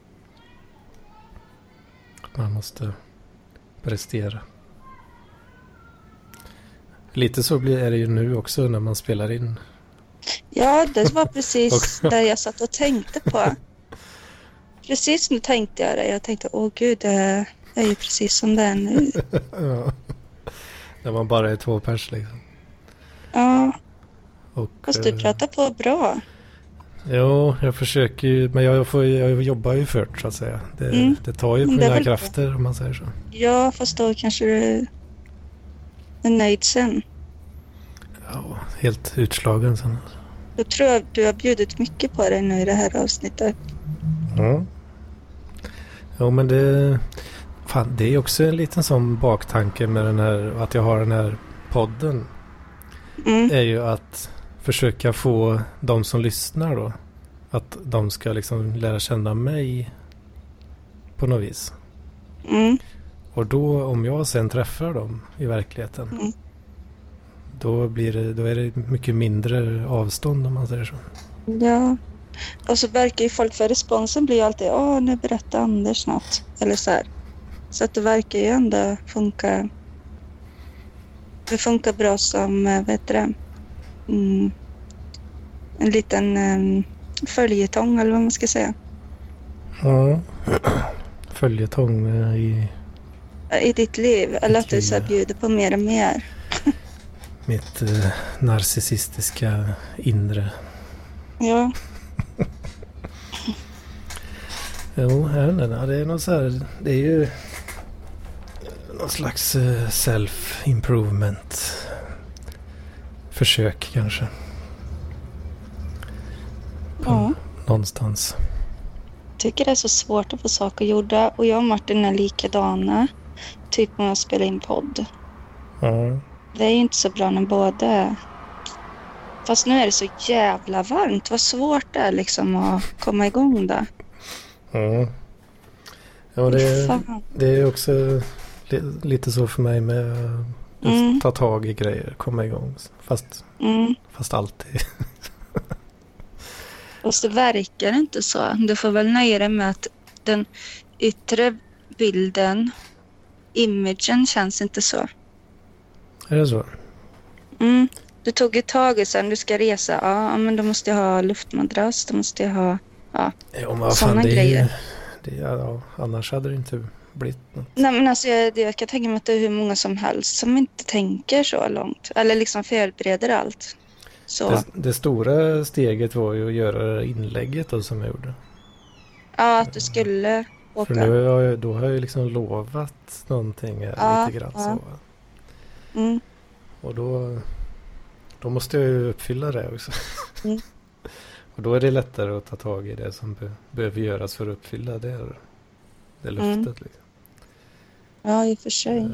Man måste prestera. Lite så blir är det ju nu också när man spelar in. Ja, det var precis det jag satt och tänkte på. Precis nu tänkte jag det. Jag tänkte, åh gud, det är ju precis som det är nu. Ja. När man bara är två pers liksom. Ja, Och, fast du eh, pratar på bra. Jo, jag försöker ju, men jag, får, jag jobbar ju för det så att säga. Det, Mm. det tar ju på Men det är mina väl krafter om man säger så. Ja, fast då kanske du är nöjd sen. Ja, helt utslagen sen. Då tror jag du har bjudit mycket på dig nu i det här avsnittet. Ja. Jo, men det, fan, det är också en liten sån baktanke med den här, att jag har den här podden. Mm. Är ju att försöka få de som lyssnar då, att de ska liksom lära känna mig på något vis. Mm. Och då, om jag sen träffar dem i verkligheten, Mm. då blir det, då är det mycket mindre avstånd om man säger så. Ja. Och så verkar ju folk, för responsen blir ju alltid, åh, nu berättar Anders något. Eller så här. Så att det verkar ju ändå funka. Det funkar bra som, vad heter det? Mm, en liten um, följetong eller vad man ska säga. Ja. Följetong eh, i I ditt liv. Eller att du så här liv. bjuder på mer och mer. mitt eh, narcissistiska inre. Ja. Jo, här, det är något så här, det är ju någon slags eh, self-improvement försök kanske. På Ja. Någonstans. Tycker det är så svårt att få saker gjorda. Och jag och Martin är likadana. Typ när jag spelar in podd. Ja. Det är ju inte så bra när båda... Fast nu är det så jävla varmt. Vad svårt det är liksom att komma igång där. Ja. Ja, det, Fan. det är också li, lite så för mig med just Mm. ta tag i grejer, komma igång. Fast, Mm. fast alltid. Fast det verkar inte så. Du får väl nöja dig med att den yttre bilden, imagen känns inte så. Är det så? Mm. Du tog ett tag i sen du ska resa. Ja, men då måste jag ha luftmadrass. Då måste jag ha... Ja. Ja, men vad Såna fan, det är, grejer. det, ja, annars hade det inte blivit något. Nej, men alltså jag, jag kan tänka mig att det är hur många som helst som inte tänker så långt. Eller liksom förbereder allt. Så. Det, det stora steget var ju att göra det inlägget då, som jag gjorde. Ja, att du skulle För åka. nu har jag, då har jag liksom lovat någonting här, Ja, lite grann ja. så. va. Mm. Och då, då måste jag ju uppfylla det också. Mm. Och då är det lättare att ta tag i det som be, behöver göras för att uppfylla det, det löftet. Mm. Liksom. Ja, i och för sig. Uh,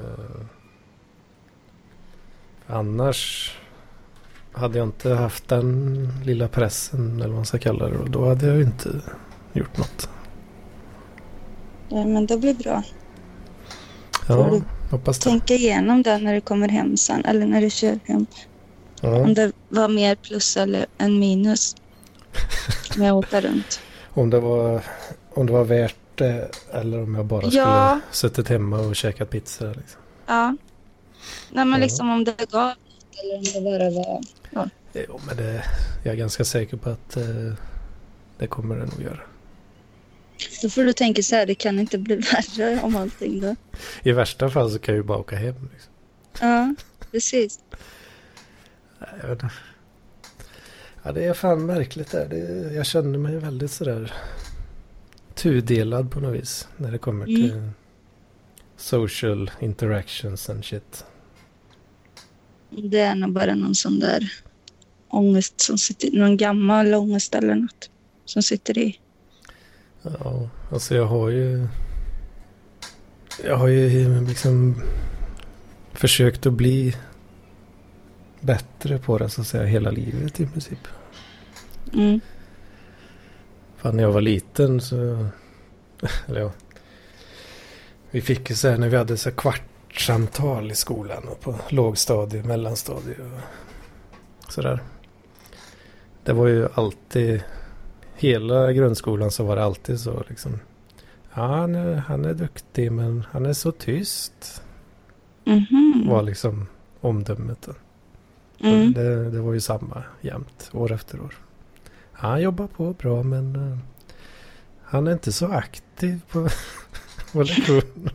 annars hade jag inte haft den lilla pressen, eller vad man ska kalla det, och då hade jag ju inte gjort något. Ja, men det blir bra. Ja, Får du hoppas det. tänka igenom det när du kommer hem sen. Eller när du kör hem. Ja. Om det var mer plus eller en minus. Med att åka runt. Om det var, om det var värt det, eller om jag bara skulle Ja. suttit hemma och käkat pizza. Liksom. Ja. Nej, men Ja. liksom om det gav eller om det bara var... Ja. Jo, men det, jag är ganska säker på att eh, det kommer det nog göra. Då får du tänka så här, det kan inte bli värre om allting då. I värsta fall så kan jag ju bara åka hem. Liksom. Ja, precis. Nej, jag vet inte. Ja, det är fan märkligt där. Det, jag känner mig väldigt sådär tudelad på något vis när det kommer till Mm. social interactions and shit. Det är nog bara någon sån där ångest som sitter, någon gammal ångest eller något som sitter i. Ja, alltså jag har ju jag har ju liksom försökt att bli bättre på det så att säga hela livet i princip. Mm. För när jag var liten så eller ja, vi fick ju så här när vi hade så här kvartssamtal i skolan och på lågstadie, mellanstadie och sådär. Det var ju alltid hela grundskolan så var det alltid så liksom. Ja, han är, han är duktig men han är så tyst. Mhm. Var liksom omdömet då. Mm. Det, det var ju samma jämt, år efter år. Han jobbar på bra men uh, han är inte så aktiv på, på lektionen.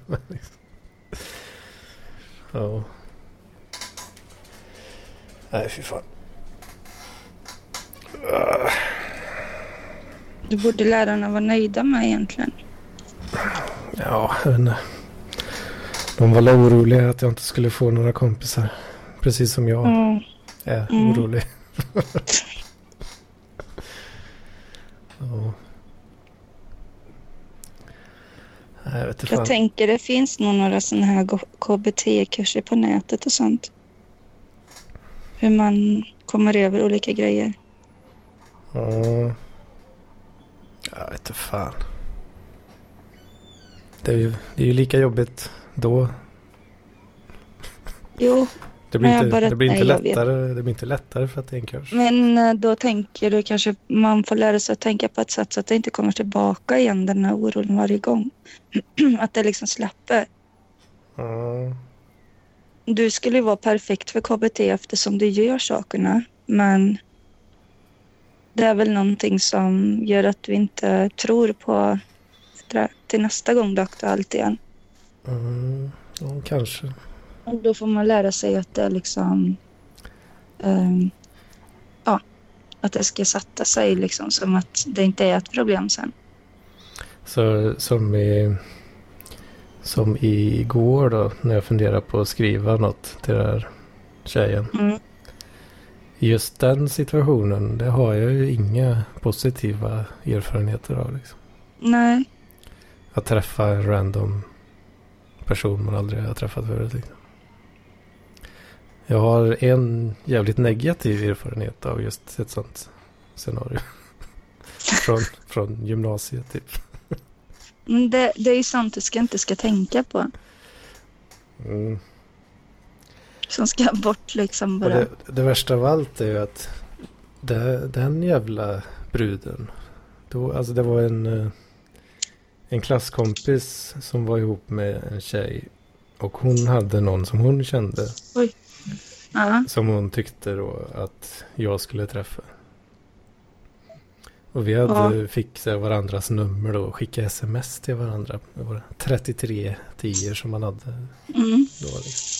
Ja. Nej, fy fan. Uh. Du borde lärarna vara nöjda med egentligen. Ja, jag vet inte. De var väl oroliga att jag inte skulle få några kompisar. Precis som jag Mm. är Mm. orolig. Ja. Nej, jag vet inte fan. Jag tänker det finns nog några sådana här K B T-kurser på nätet och sånt. Hur man kommer över olika grejer. Ja. Jag vet inte fan. Det är ju, det är ju lika jobbigt då. Jo, Det blir Men jag inte, bara- det blir inte nej, jag vet. lättare, det blir inte lättare för att det är en kurs. men eh, då tänker du kanske man får lära sig att tänka på ett sätt så att det inte kommer tillbaka igen den här oron varje gång. Att det liksom släpper. Ja. Du skulle ju vara perfekt för K B T eftersom du gör sakerna. Men det är väl någonting som gör att du inte tror på det till nästa gång du är aktuellt igen. Mm, ja, kanske. Och då får man lära sig att det är liksom ehm, ja, att det ska sätta sig liksom som att det inte är ett problem sen. Så som i som igår då när jag funderade på att skriva något till den här tjejen. Mm. Just den situationen, det har jag ju inga positiva erfarenheter av liksom. Nej, Att träffa en random person man aldrig har träffat förut liksom. Jag har en jävligt negativ erfarenhet av just ett sånt scenario. från, från gymnasiet typ. men det, det är ju sånt du ska inte ska tänka på. Mm. Som ska bort liksom Och bara. det, det värsta av allt är ju att det, den jävla bruden, då, alltså det var en, eh, en klasskompis som var ihop med en tjej och hon hade någon som hon kände Ja. som hon tyckte då att jag skulle träffa. Och vi hade Ja. fick så här varandras nummer då och skicka sms till varandra. Det var trettiotre tio som man hade Mm. då liksom.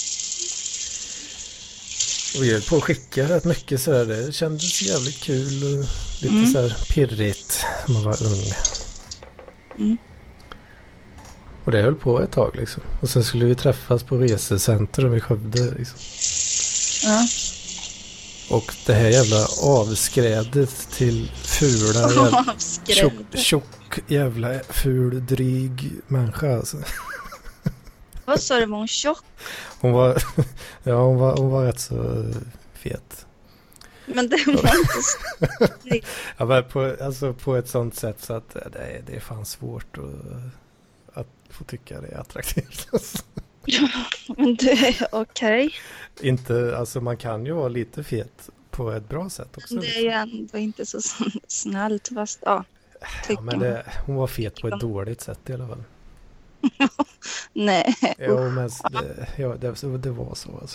Och vi höll på att skicka rätt mycket så här. Det kändes jävligt kul och lite Mm. så här pirrigt när man var ung. Mm. Och det höll på ett tag liksom. Och sen skulle vi träffas på resecentrum i Skövde liksom. Ja. Och det här jävla avskrädet till fula jävla tjock, Avskrädd. tjock jävla ful dryg människa alltså. Vad sa du, var hon tjock? Hon var, ja hon var, hon var rätt så fet. Men det var inte så. Ja, men på, alltså på ett sånt sätt så att det är, det är fan svårt att, att få tycka det är attraktivt. Men du är okej. Inte, alltså man kan ju vara lite fet på ett bra sätt också. Det är ju ändå inte så snällt fast ja. Ja, men det, hon var fet på ett dåligt sätt i alla fall. Nej. Ja, men det, ja, det, det var så alltså.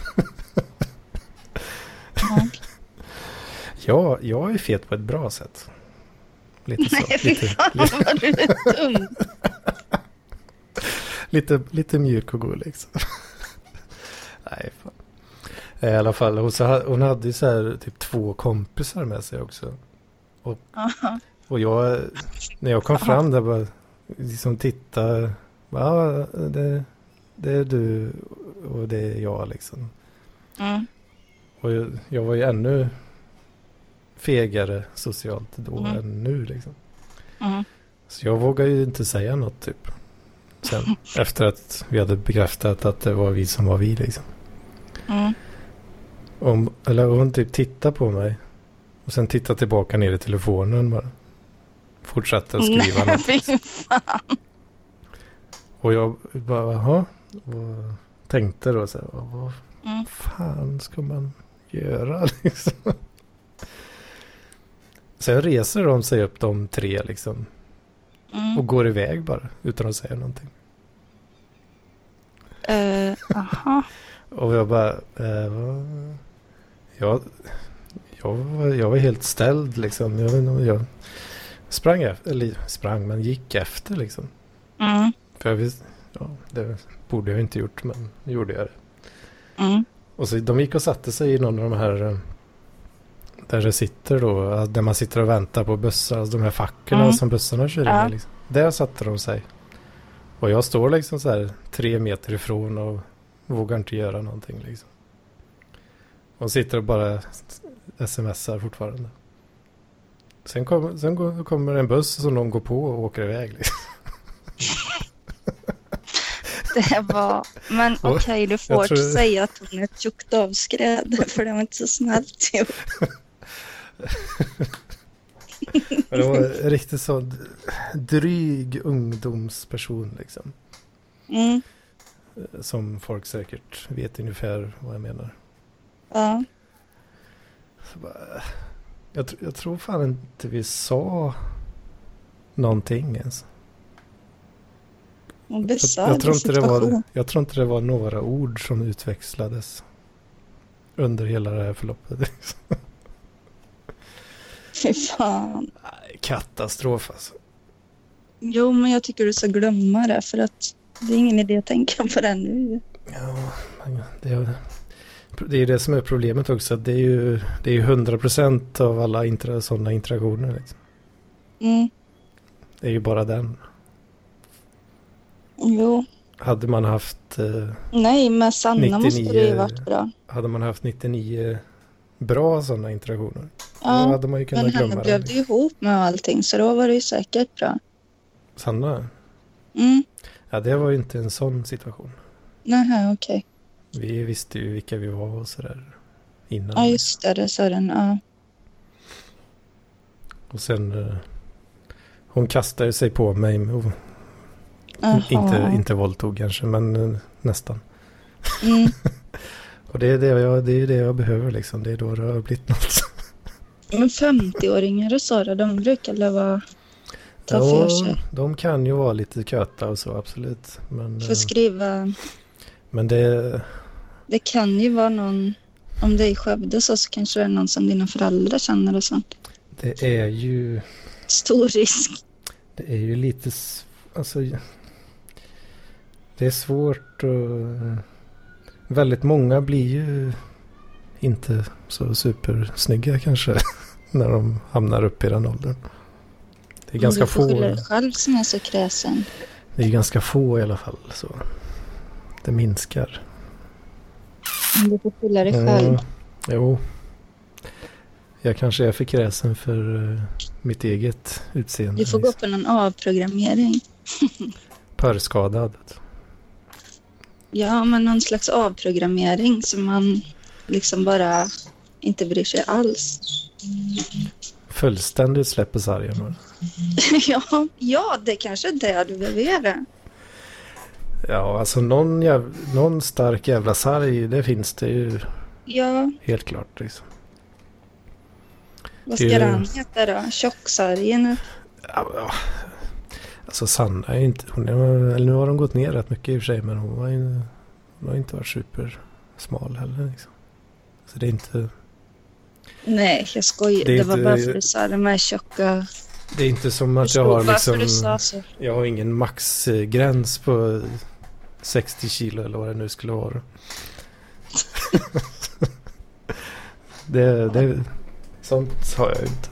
Ja. Ja, jag är fet på ett bra sätt. Lite så. Nej, fy lite, fan lite, vad du är dum. lite, lite mjuk och god liksom. Nej, fan. I alla fall, hon, så, hon hade ju så här typ två kompisar med sig också. Och, Aha. och jag, när jag kom fram där bara liksom titta, ja, det, det är du och det är jag liksom. Mm. Och jag, jag var ju ännu fegare socialt då Mm. än nu liksom. Mm. Så jag vågade ju inte säga något typ. Sen, efter att vi hade bekräftat att det var vi som var vi liksom. Mm. Om, eller hon typ tittade på mig. Och sen tittade tillbaka ner i telefonen bara. Fortsatte att skriva Nej, något. fy fan. Och jag bara, jaha. Och tänkte då så här, vad, vad Mm. fan ska man göra liksom? Sen reser de sig upp de tre liksom. Mm. Och går iväg bara utan att säga någonting. Uh, aha. Och jag bara... Eh, vad? Jag, jag, var, jag var helt ställd liksom. Jag, jag sprang efter, eller sprang, men gick efter liksom. Mm. För jag visste, ja, det borde jag inte gjort, men nu gjorde jag det. Mm. Och så de gick och satte sig i någon av de här... Där det sitter då, där man sitter och väntar på bussar, alltså de här fackorna Mm. som bussarna kör in Ja. i. Liksom. Där satte de sig. Och jag står liksom så här tre meter ifrån och vågar inte göra någonting liksom. Och sitter och bara smsar fortfarande. Sen, kom, sen går, kommer en buss som de går på och åker iväg liksom. Det var... Men okej, okay, du får tror... säga att hon är ett tjockt avskräd. För det var inte så snällt gjort. Men det var en riktigt så dryg ungdomsperson liksom. Mm. Som folk säkert vet ungefär vad jag menar. Ja. Så bara, jag, jag tror fan inte vi sa någonting ens. En Jag, jag, tror inte det var, jag tror inte det var några ord som utväxlades under hela det här förloppet. Fy fan. Katastrof alltså. Jo, men jag tycker du ska glömma det. För att det är ingen idé att tänka på det nu. Ja, det är, det är det som är problemet också. Det är ju, det är ju hundra procent av alla inter, sådana interaktioner. Liksom. Mm. Det är ju bara den. Jo. Hade man haft... Eh, Nej, med Sanna nittionio, måste det ju varit bra. Hade man haft nittionio bra sådana interaktioner. Ja, då hade man ju kunnat men glömma henne det. blev det ihop med allting. Så då var det ju säkert bra. Sanna? Mm. Ja, det var ju inte en sån situation. Nähä, okej. Okay. Vi visste ju vilka vi var och sådär innan. Ja, just det. Det sa den, ja. Och sen... Eh, hon kastade sig på mig och inte, inte våldtog kanske, men eh, nästan. Mm. Och det är det, jag, det är det jag behöver liksom. Det är då det har blivit något. Men femtio-åringar och så, de brukar leva ta ja, för sig. De kan ju vara lite köta och så, absolut. Men, för skriva... Men det... Det kan ju vara någon... Om det är i Skövde så, så kanske det är någon som dina föräldrar känner och sånt. Det är ju... Stor risk. Det är ju lite... Alltså... Det är svårt och... Väldigt många blir ju inte så supersnygga kanske när de hamnar upp i den åldern. Det är ganska få. Du får skylla dig själv som är så kräsen. Det är ganska få i alla fall. Så det minskar. Du får skylla dig själv. Mm, jo. Jag kanske är för kräsen för uh, mitt eget utseende. Du får gå på någon avprogrammering. Pörskadad. Ja, men någon slags avprogrammering som man liksom bara inte bryr sig alls. Fullständigt släpper sargen. ja, ja, det kanske är det du behöver göra. Ja, alltså någon, jäv, någon stark jävla sarg, det finns det ju ja. Helt klart. Liksom. Vad ska det, den heta då? Tjocksargen? Ja, ja. Alltså Sanna är inte, hon är, eller nu har de gått ner rätt mycket i och för sig, men hon har, ju, hon har inte varit super smal heller. Liksom. Så det är inte... Nej, jag skojar. Det, det var inte, bara för du sa de här tjocka... Det är inte som att jag har liksom... Du sa så. Jag har ingen maxgräns på sextio kilo eller vad det nu skulle vara. det, det, sånt har jag inte.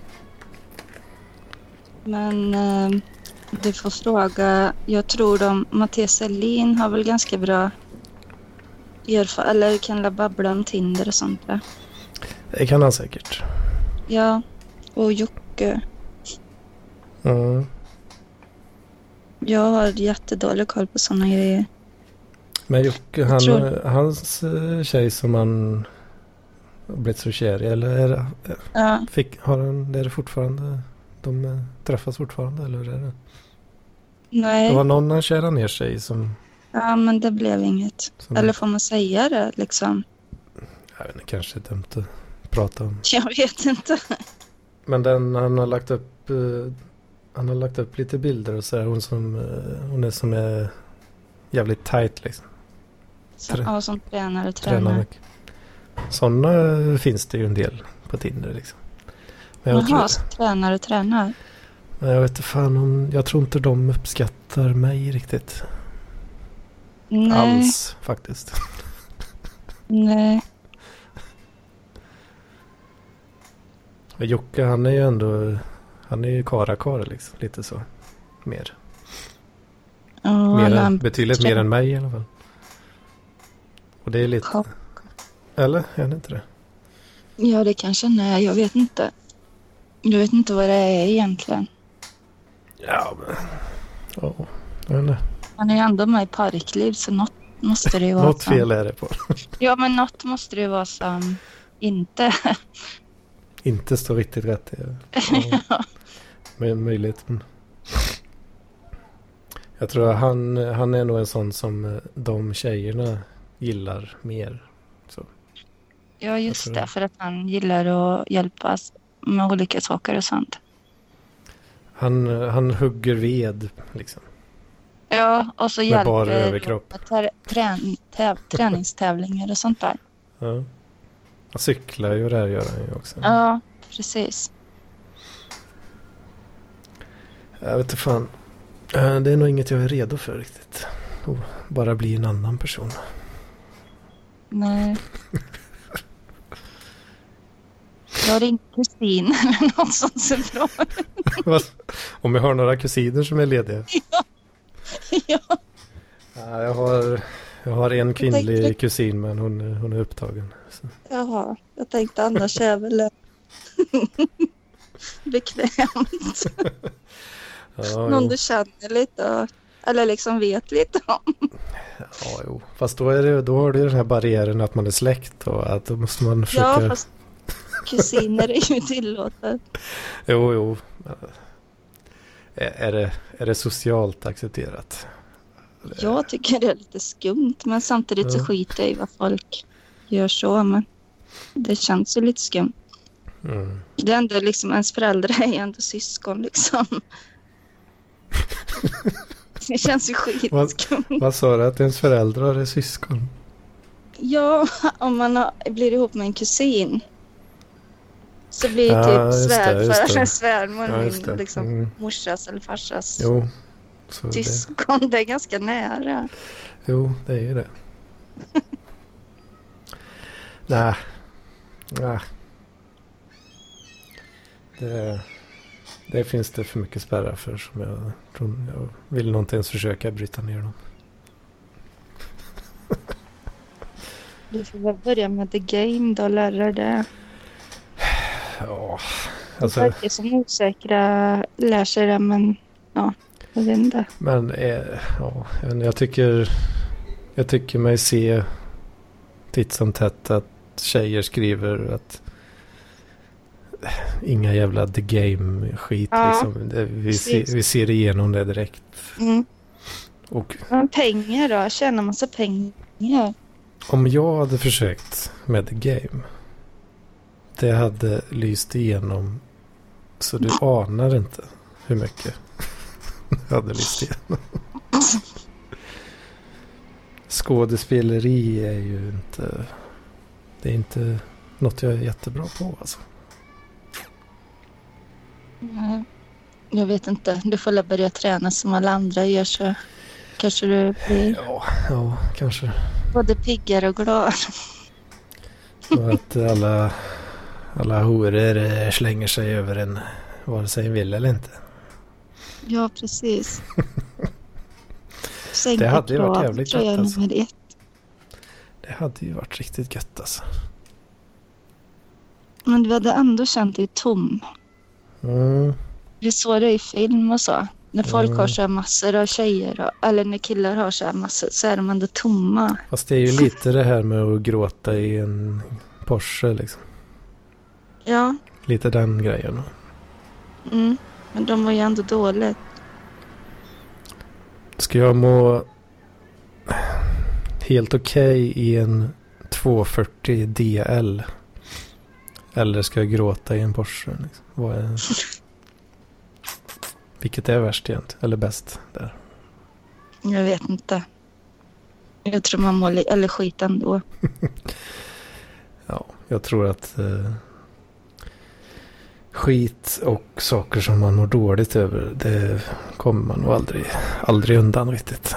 Men eh, du får fråga. Jag tror de Mattias Selin har väl ganska bra erfarenhet. Eller kan la babbla om Tinder och sånt där. Det kan han säkert. Ja, och Jocke. Mm. Jag har jättedålig koll på såna grejer. Men Jocke, han, tror... hans tjej som han blivit så kär i, eller är det, ja. fick, har han, är det fortfarande, de träffas fortfarande, eller är det? Nej. Det var någon han kärade ner sig som... Ja, men det blev inget. Som... Eller får man säga det, liksom? Jag vet inte, kanske är dumt att prata om. Jag vet inte. Men den han har lagt upp uh, han har lagt upp lite bilder och så är hon som uh, hon är som är jävligt tight liksom. Så, Trä- ja, som tränar och Tränar tränar. mycket. Sådana finns det ju en del på Tinder liksom. Men jag, Jaha, tror, så tränar och tränar. men jag vet inte fan om, jag tror inte de uppskattar mig riktigt. Nej, Alls faktiskt. nej. Och Jocke han är ju ändå, han är ju kara-kara liksom, lite så. Mer. Ja, mer alla än, betydligt mer än mig i alla fall. Och det är lite, Chock. eller? Är det inte det? Ja, det kanske nej, jag vet inte. Jag vet inte vad det är egentligen. Ja, men... Ja, jag vet inte. Han är ju ändå med i Parkliv, så något måste det ju vara. Något som... fel är det på. Ja, men något måste det ju vara som inte... Inte står riktigt rätt. Ja. Med möjligheten. Jag tror att han, han är nog en sån som de tjejerna gillar mer. Så. Ja, just Jag tror det. För att han gillar att hjälpas med olika saker och sånt. Han, han hugger ved liksom. Ja, och så Med bara hjälper överkropp. med trä- trän- täv- träningstävlingar och sånt där. Ja. Han cyklar ju, och det här gör han ju också. Ja, precis. Jag vet inte fan. Eh, Det är nog inget jag är redo för riktigt. Oh, bara bli en annan person. Nej. Jag har ingen kusin eller något sånt ser bra ut. Om jag har några kusiner som är lediga. Ja. Ja, jag har, jag har en kvinnlig tänkte- kusin, men hon, är- hon är upptagen. Så. Jaha, jag tänkte annars är väl bekvämt. Ja, Någon jo. du känner lite och, eller liksom vet lite om. Ja, jo. Fast då, är det, då har du den här barriären att man är släkt och att då måste man försöka... Ja, fast kusiner är ju tillåtet. Jo, jo. Är, är, det, är det socialt accepterat? Jag tycker det är lite skumt, men samtidigt Ja. så skiter jag i vad folk gör så. Men det känns ju lite skumt. Mm. Det är ändå liksom, ens föräldrar är ändå syskon liksom. Det känns ju skitskumt. Vad sa du, att ens föräldrar är syskon? Ja, om man har, blir ihop med en kusin så blir Ja, typ just det, svärfar just det. eller svärmor Ja, just det. min liksom Mm. morsas eller farsas Jo, så det, syskon. Det är ganska nära. jo, det är ju det. Nej. Nej. Det, det finns det för mycket spärrar för som jag tror jag vill nog inte ens försöka bryta ner dem. Du får väl börja med the game då, lära dig det. Ja, Det alltså, verkar som osäkra lär sig det, men ja, jag vet inte. men eh, ja, jag vet inte, jag tycker jag tycker mig se titt som tätt att tjejer skriver att inga jävla the game skit Ja, liksom. Det, vi, precis. ser, vi ser igenom det direkt. Mm. Och Men pengar då? Tjänar massa pengar. om jag hade försökt med the game, det hade lyst igenom så du anar inte hur mycket jag hade lyst igenom. Skådespeleri är ju inte, det är inte något jag är jättebra på alltså. Nej, jag vet inte. Du får väl börja träna som alla andra gör, så kanske du blir Ja, ja, kanske. både piggare och glad. Och att alla, alla horor eh, slänger sig över en vare sig en vill eller inte. Ja, precis. Sänka Det hade ju varit krav, jävligt tror jag gött, är alltså. nummer ett. Det hade ju varit riktigt gött alltså. Men du hade ändå känt dig tom. Mm. Det såg det i film och så. När folk Mm. har så här massor av tjejer, och, eller när killar har så här massor, så är de ändå tomma. Fast det är ju lite det här med att gråta i en Porsche liksom. Ja, Lite den grejen. mm. Men de var ju ändå dåligt. Ska jag må helt okej i en tvåhundrafyrtio D L Eller ska jag gråta i en Porsche? Liksom? Vad är... Vilket är värst egentligen? Eller bäst där? Jag vet inte. Jag tror man mår li- eller skit ändå. Ja, jag tror att eh, skit och saker som man mår dåligt över, det kommer man nog aldrig, aldrig undan riktigt.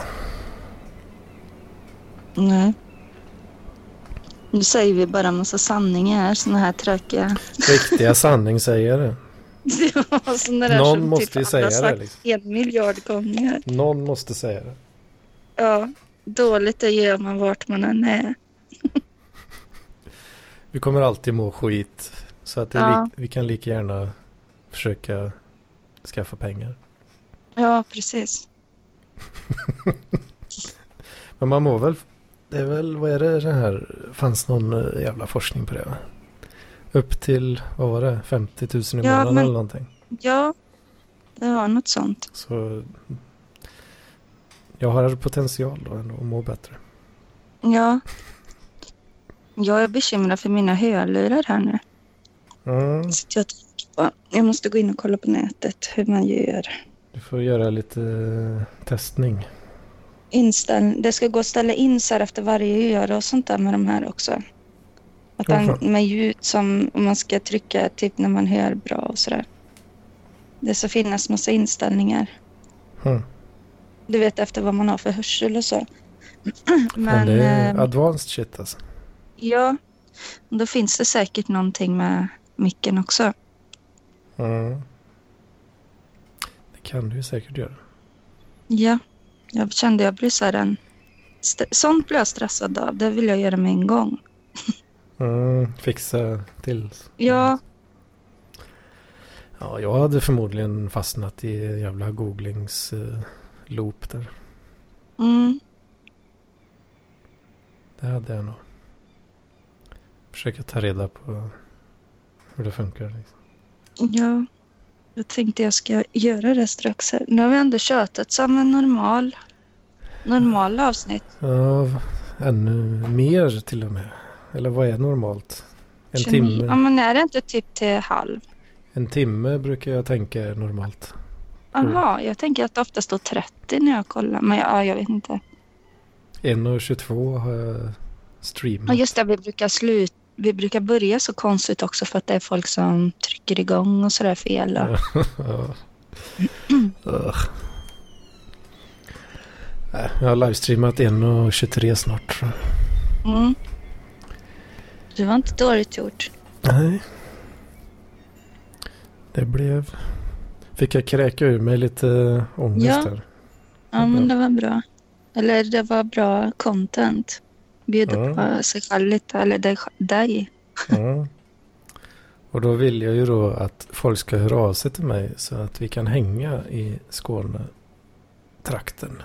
Nej. Nu säger vi bara en massa sanningar här, såna här tråkiga. Riktiga sanningssägare. Det var såna där Någon som måste typ ju säga alla det, sagt liksom. en miljard gånger. Någon måste säga det. Ja, dåligt det gör man vart man än är. Vi kommer alltid må skit. Så att det är Ja. li- vi kan lika gärna försöka skaffa pengar. Ja, precis. Men man mår väl... Det är väl... Vad är det, det här? Fanns någon eh, jävla forskning på det, va? Upp till... Vad var det? femtio tusen i Ja, månaden men- eller någonting. Ja, det var något sånt. Så... Jag har potential då ändå att må bättre. Ja. Jag är bekymrad för mina hörlurar här nu. Mm. Så jag, tänker på, jag måste gå in och kolla på nätet hur man gör. Du får göra lite eh, testning. Inställ, det ska gå att ställa in så här efter varje öra och sånt där med de här också. Att Jaha. den, med ljud som om man ska trycka typ när man hör bra och sådär. Det ska finnas massa inställningar. Mm. Du vet efter vad man har för hörsel och så. Men, Men det är eh, advanced shit alltså. ja, då finns det säkert någonting med micken också. Mm. Det kan du ju säkert göra. Ja, jag kände jag blir så här en... st- Sånt blir jag stressad av. Det vill jag göra med en gång. Mm, fixa till. Ja, Ja, jag hade förmodligen fastnat i en jävla googlings uh, loop där. mm, Det hade jag nog. Försöka ta reda på hur det funkar. Liksom. ja. Jag tänkte jag ska göra det strax här. Nu har vi ändå tjötat som en normal, normal avsnitt. Ja, ännu mer till och med. Eller vad är normalt? En tjugonio. Ja, timme, men är det inte typ till halv? en timme brukar jag tänka är normalt. Jaha, jag tänker att det ofta står trettio när jag kollar. Men ja, jag vet inte. en och tjugotvå har jag Ja, streamat. just det, vi brukar slut. Vi brukar börja så konstigt också för att det är folk som trycker igång och sådär fel. Och... Ja. Ugh. Nej, jag har livestreamat en och tjugotre snart. tror jag. Mm. Det var inte dåligt gjort. Nej. Det blev... Fick jag kräka ur mig lite ångest Ja. där. Ja, men det var bra. Eller det var bra content. Bjuda Ja. på sig själv lite, eller dig. dig. Ja. Och då vill jag ju då att folk ska höra av sig till mig så att vi kan hänga i Skåne-trakten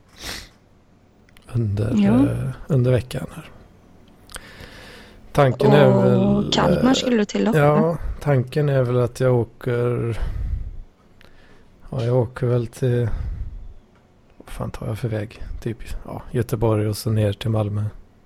under, Ja. eh, under veckan här. Tanken är väl... Och Kalmar eh, skulle du till också. Ja, tanken är väl att jag åker... Ja, jag åker väl till... Vad fan tar jag för väg? Typ ja, Göteborg och så ner till Malmö.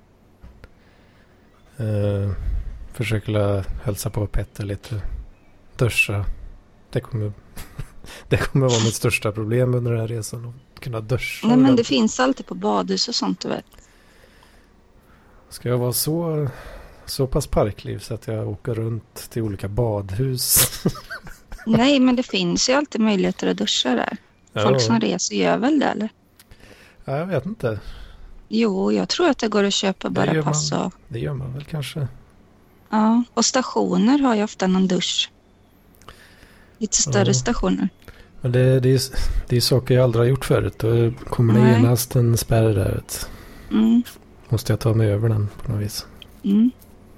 Eh, försöker la hälsa på Petter lite. Duscha. Det kommer, det kommer vara mitt största problem under den här resan. Att kunna duscha. Nej, men det ordentligt. finns alltid på badhus och sånt, du vet. Ska jag vara så, så pass parkliv så att jag åker runt till olika badhus? Nej, men det finns ju alltid möjligheter att duscha där. Folk som reser gör väl det, eller? Ja, jag vet inte. Jo, jag tror att det går att köpa Det bara gör pass man. och... Det gör man väl kanske. Ja, och stationer har ju ofta någon dusch. Lite större Ja. stationer. Men det, det, är, det är saker jag aldrig har gjort förut. Då kommer det Nej. genast en spärr där. Vet. Mm, Måste jag ta mig över den på något vis. mm.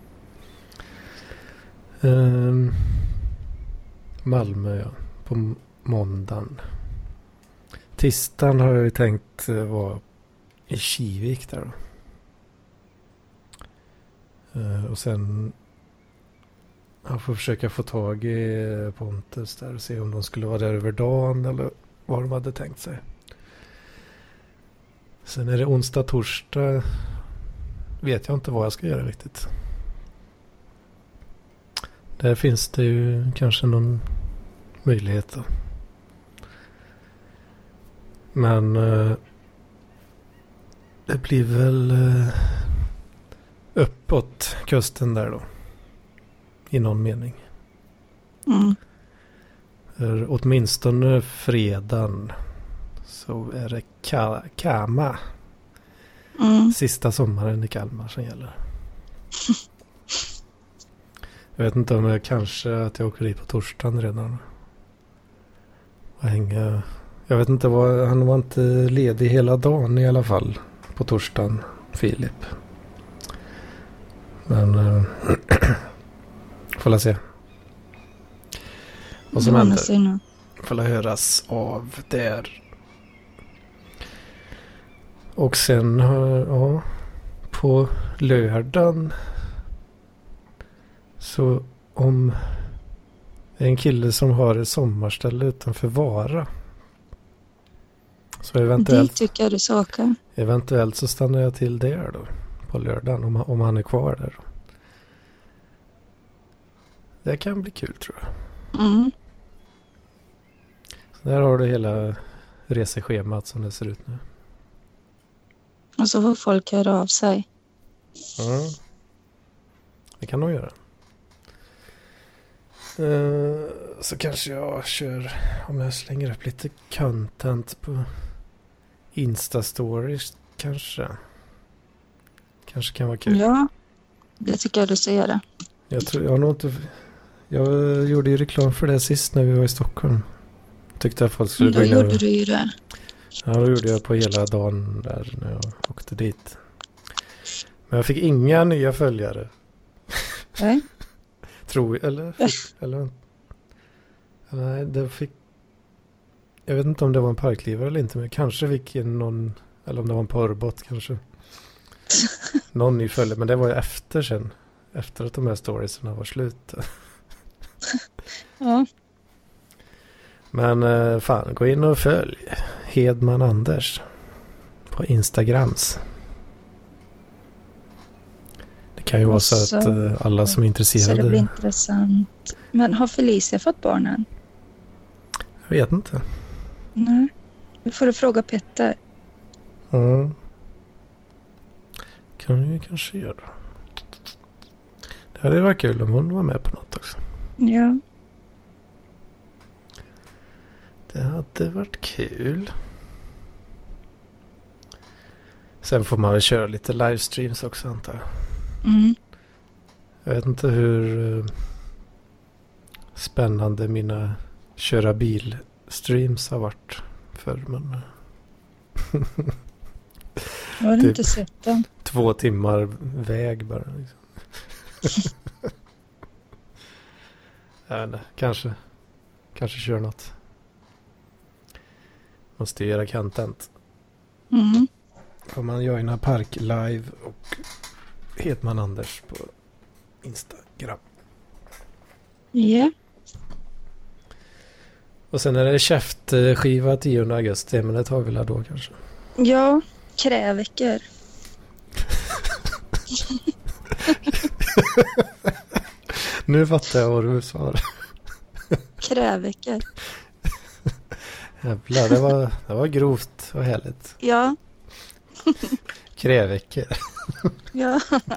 Ehm, Malmö, ja. På m- måndagen. Tisdagen har jag ju tänkt eh, vara i Kivik där då. Eh, och sen jag får försöka få tag i eh, Pontus där och se om de skulle vara där över dagen eller vad de hade tänkt sig. Sen är det onsdag, torsdag. Vet jag inte vad jag ska göra riktigt. där finns det ju kanske någon möjlighet då. Men eh, det blir väl eh, uppåt kusten där då. I någon mening. Mm. För åtminstone fredagen så är det Ka- Kama. Mm. Sista sommaren i Kalmar som gäller. Jag vet inte om jag kanske att jag åker dit på torsdagen redan. Och hänga. Jag vet inte vad, han var inte ledig hela dagen i alla fall på torsdagen, Filip. Men äh, får jag se. Vad som händer. Får jag höras av där. Och sen ja, på lördagen så om en kille som har ett sommarställe utanför Vara. Så eventuellt, det tycker jag du ska åka. Eventuellt så stannar jag till där då. På lördagen om, om han är kvar där. Det kan bli kul tror jag. Mm. Så där har du hela reseschemat som det ser ut nu. Och så får folk höra av sig. Ja. Det kan de göra. Uh, så kanske jag kör, om jag slänger upp lite content på Insta-stories kanske. Kanske kan vara kul. Ja, det tycker jag du ska göra. Jag tror, jag har nog inte, jag gjorde ju reklam för det sist när vi var i Stockholm. Tyckte att folk skulle då gå in gjorde och, du ju det. Ja, då gjorde jag på hela dagen där när jag åkte dit. Men jag fick inga nya följare. Nej. Tror jag, eller? Fick, eller nej, det fick... Jag vet inte om det var en parklivare eller inte, men kanske fick någon... Eller om det var en porrbot kanske. Någon ny följare, men det var ju efter sen. Efter att de här storiesarna var slut. Ja. Men eh, fan, gå in och följ Hedman Anders på Instagrams. Det kan ju vara så, så att eh, alla som är intresserade... Så det blir intressant. Men har Felicia fått barnen? Jag vet inte. Nej. Nu får du fråga Petter. Mm. Kan vi kanske göra. Det hade varit kul om hon var med på något också. Ja. Det hade varit kul. Sen får man väl köra lite livestreams också antar jag. Mm. Jag vet inte hur uh, spännande mina köra bil-streams har varit för men... Jag har typ inte sett den. Två timmar väg bara. Liksom. Jag vet inte, kanske. Kanske kör något. Måste göra content. Mm. Får man joina Park live och Hedman Anders på Instagram. Ja. Yeah. Och sen är det käftskiva tionde augusti, men det tar vi väl då kanske. Ja, kräveker. Nu fattar jag vad du sa. Kräveker. Jävlar, det var, det var grovt och härligt. Ja. Kräveker. Ja.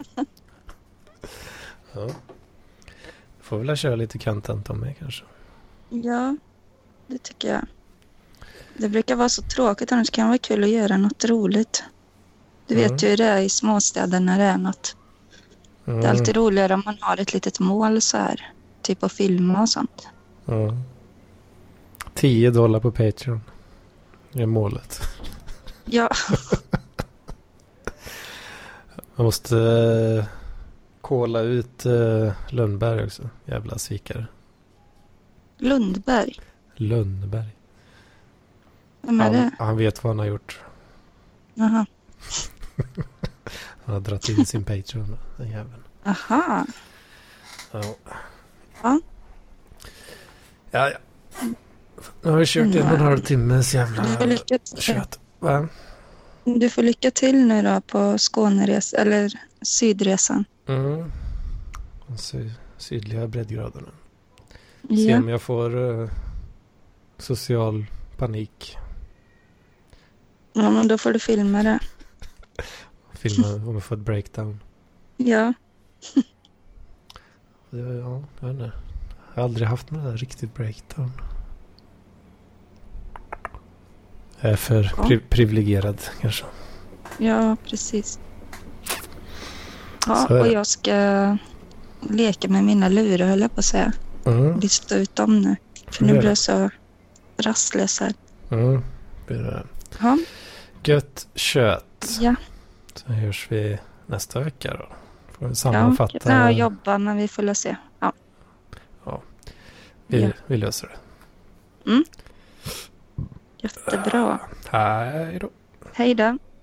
Ja. Får väl köra lite content om mig kanske. Ja, det tycker jag. Det brukar vara så tråkigt, annars kan det vara kul att göra något roligt. Du vet mm. ju hur det är i småstäder när det är något. Mm. Det är alltid roligare om man har ett litet mål så här. Typ att filma och sånt. Mm. tio dollar på Patreon är målet. Ja. Man måste uh, kolla ut uh, Lundberg också. Jävla svikare. Lundberg? Lundberg. Vem är han, det? Han vet vad han har gjort. Jaha. Han har dratt in sin Patreon. Den jäveln. Aha. Ja. Ja. Ja, ja. Nu har vi kört en och en halv timmes jävla kött. Va? Du får lycka till nu då på Skåneresan eller Sydresan. Mm. Så sydliga breddgraderna. Ja. Se om jag får uh, social panik. Ja, men då får du filma det. Filma om jag får ett breakdown. Ja. Ja, ja, jag vet inte. Jag har aldrig haft någon där riktigt breakdown. Jag är för Ja. pri- privilegierad kanske. Ja, precis. Ja, Så är och det. jag ska leka med mina lurar, höll jag på att säga. Mm, Lista ut dem nu. För nu Gör blir det. jag så rastlös här. mm, blir det. Ja, Gött kött. ja. Så hörs vi nästa vecka då. Får vi Ja, sammanfatta. jag jobbar, men vi får väl se. Ja. vi, ja. vi löser det. Jättebra. Hej då. Hej då.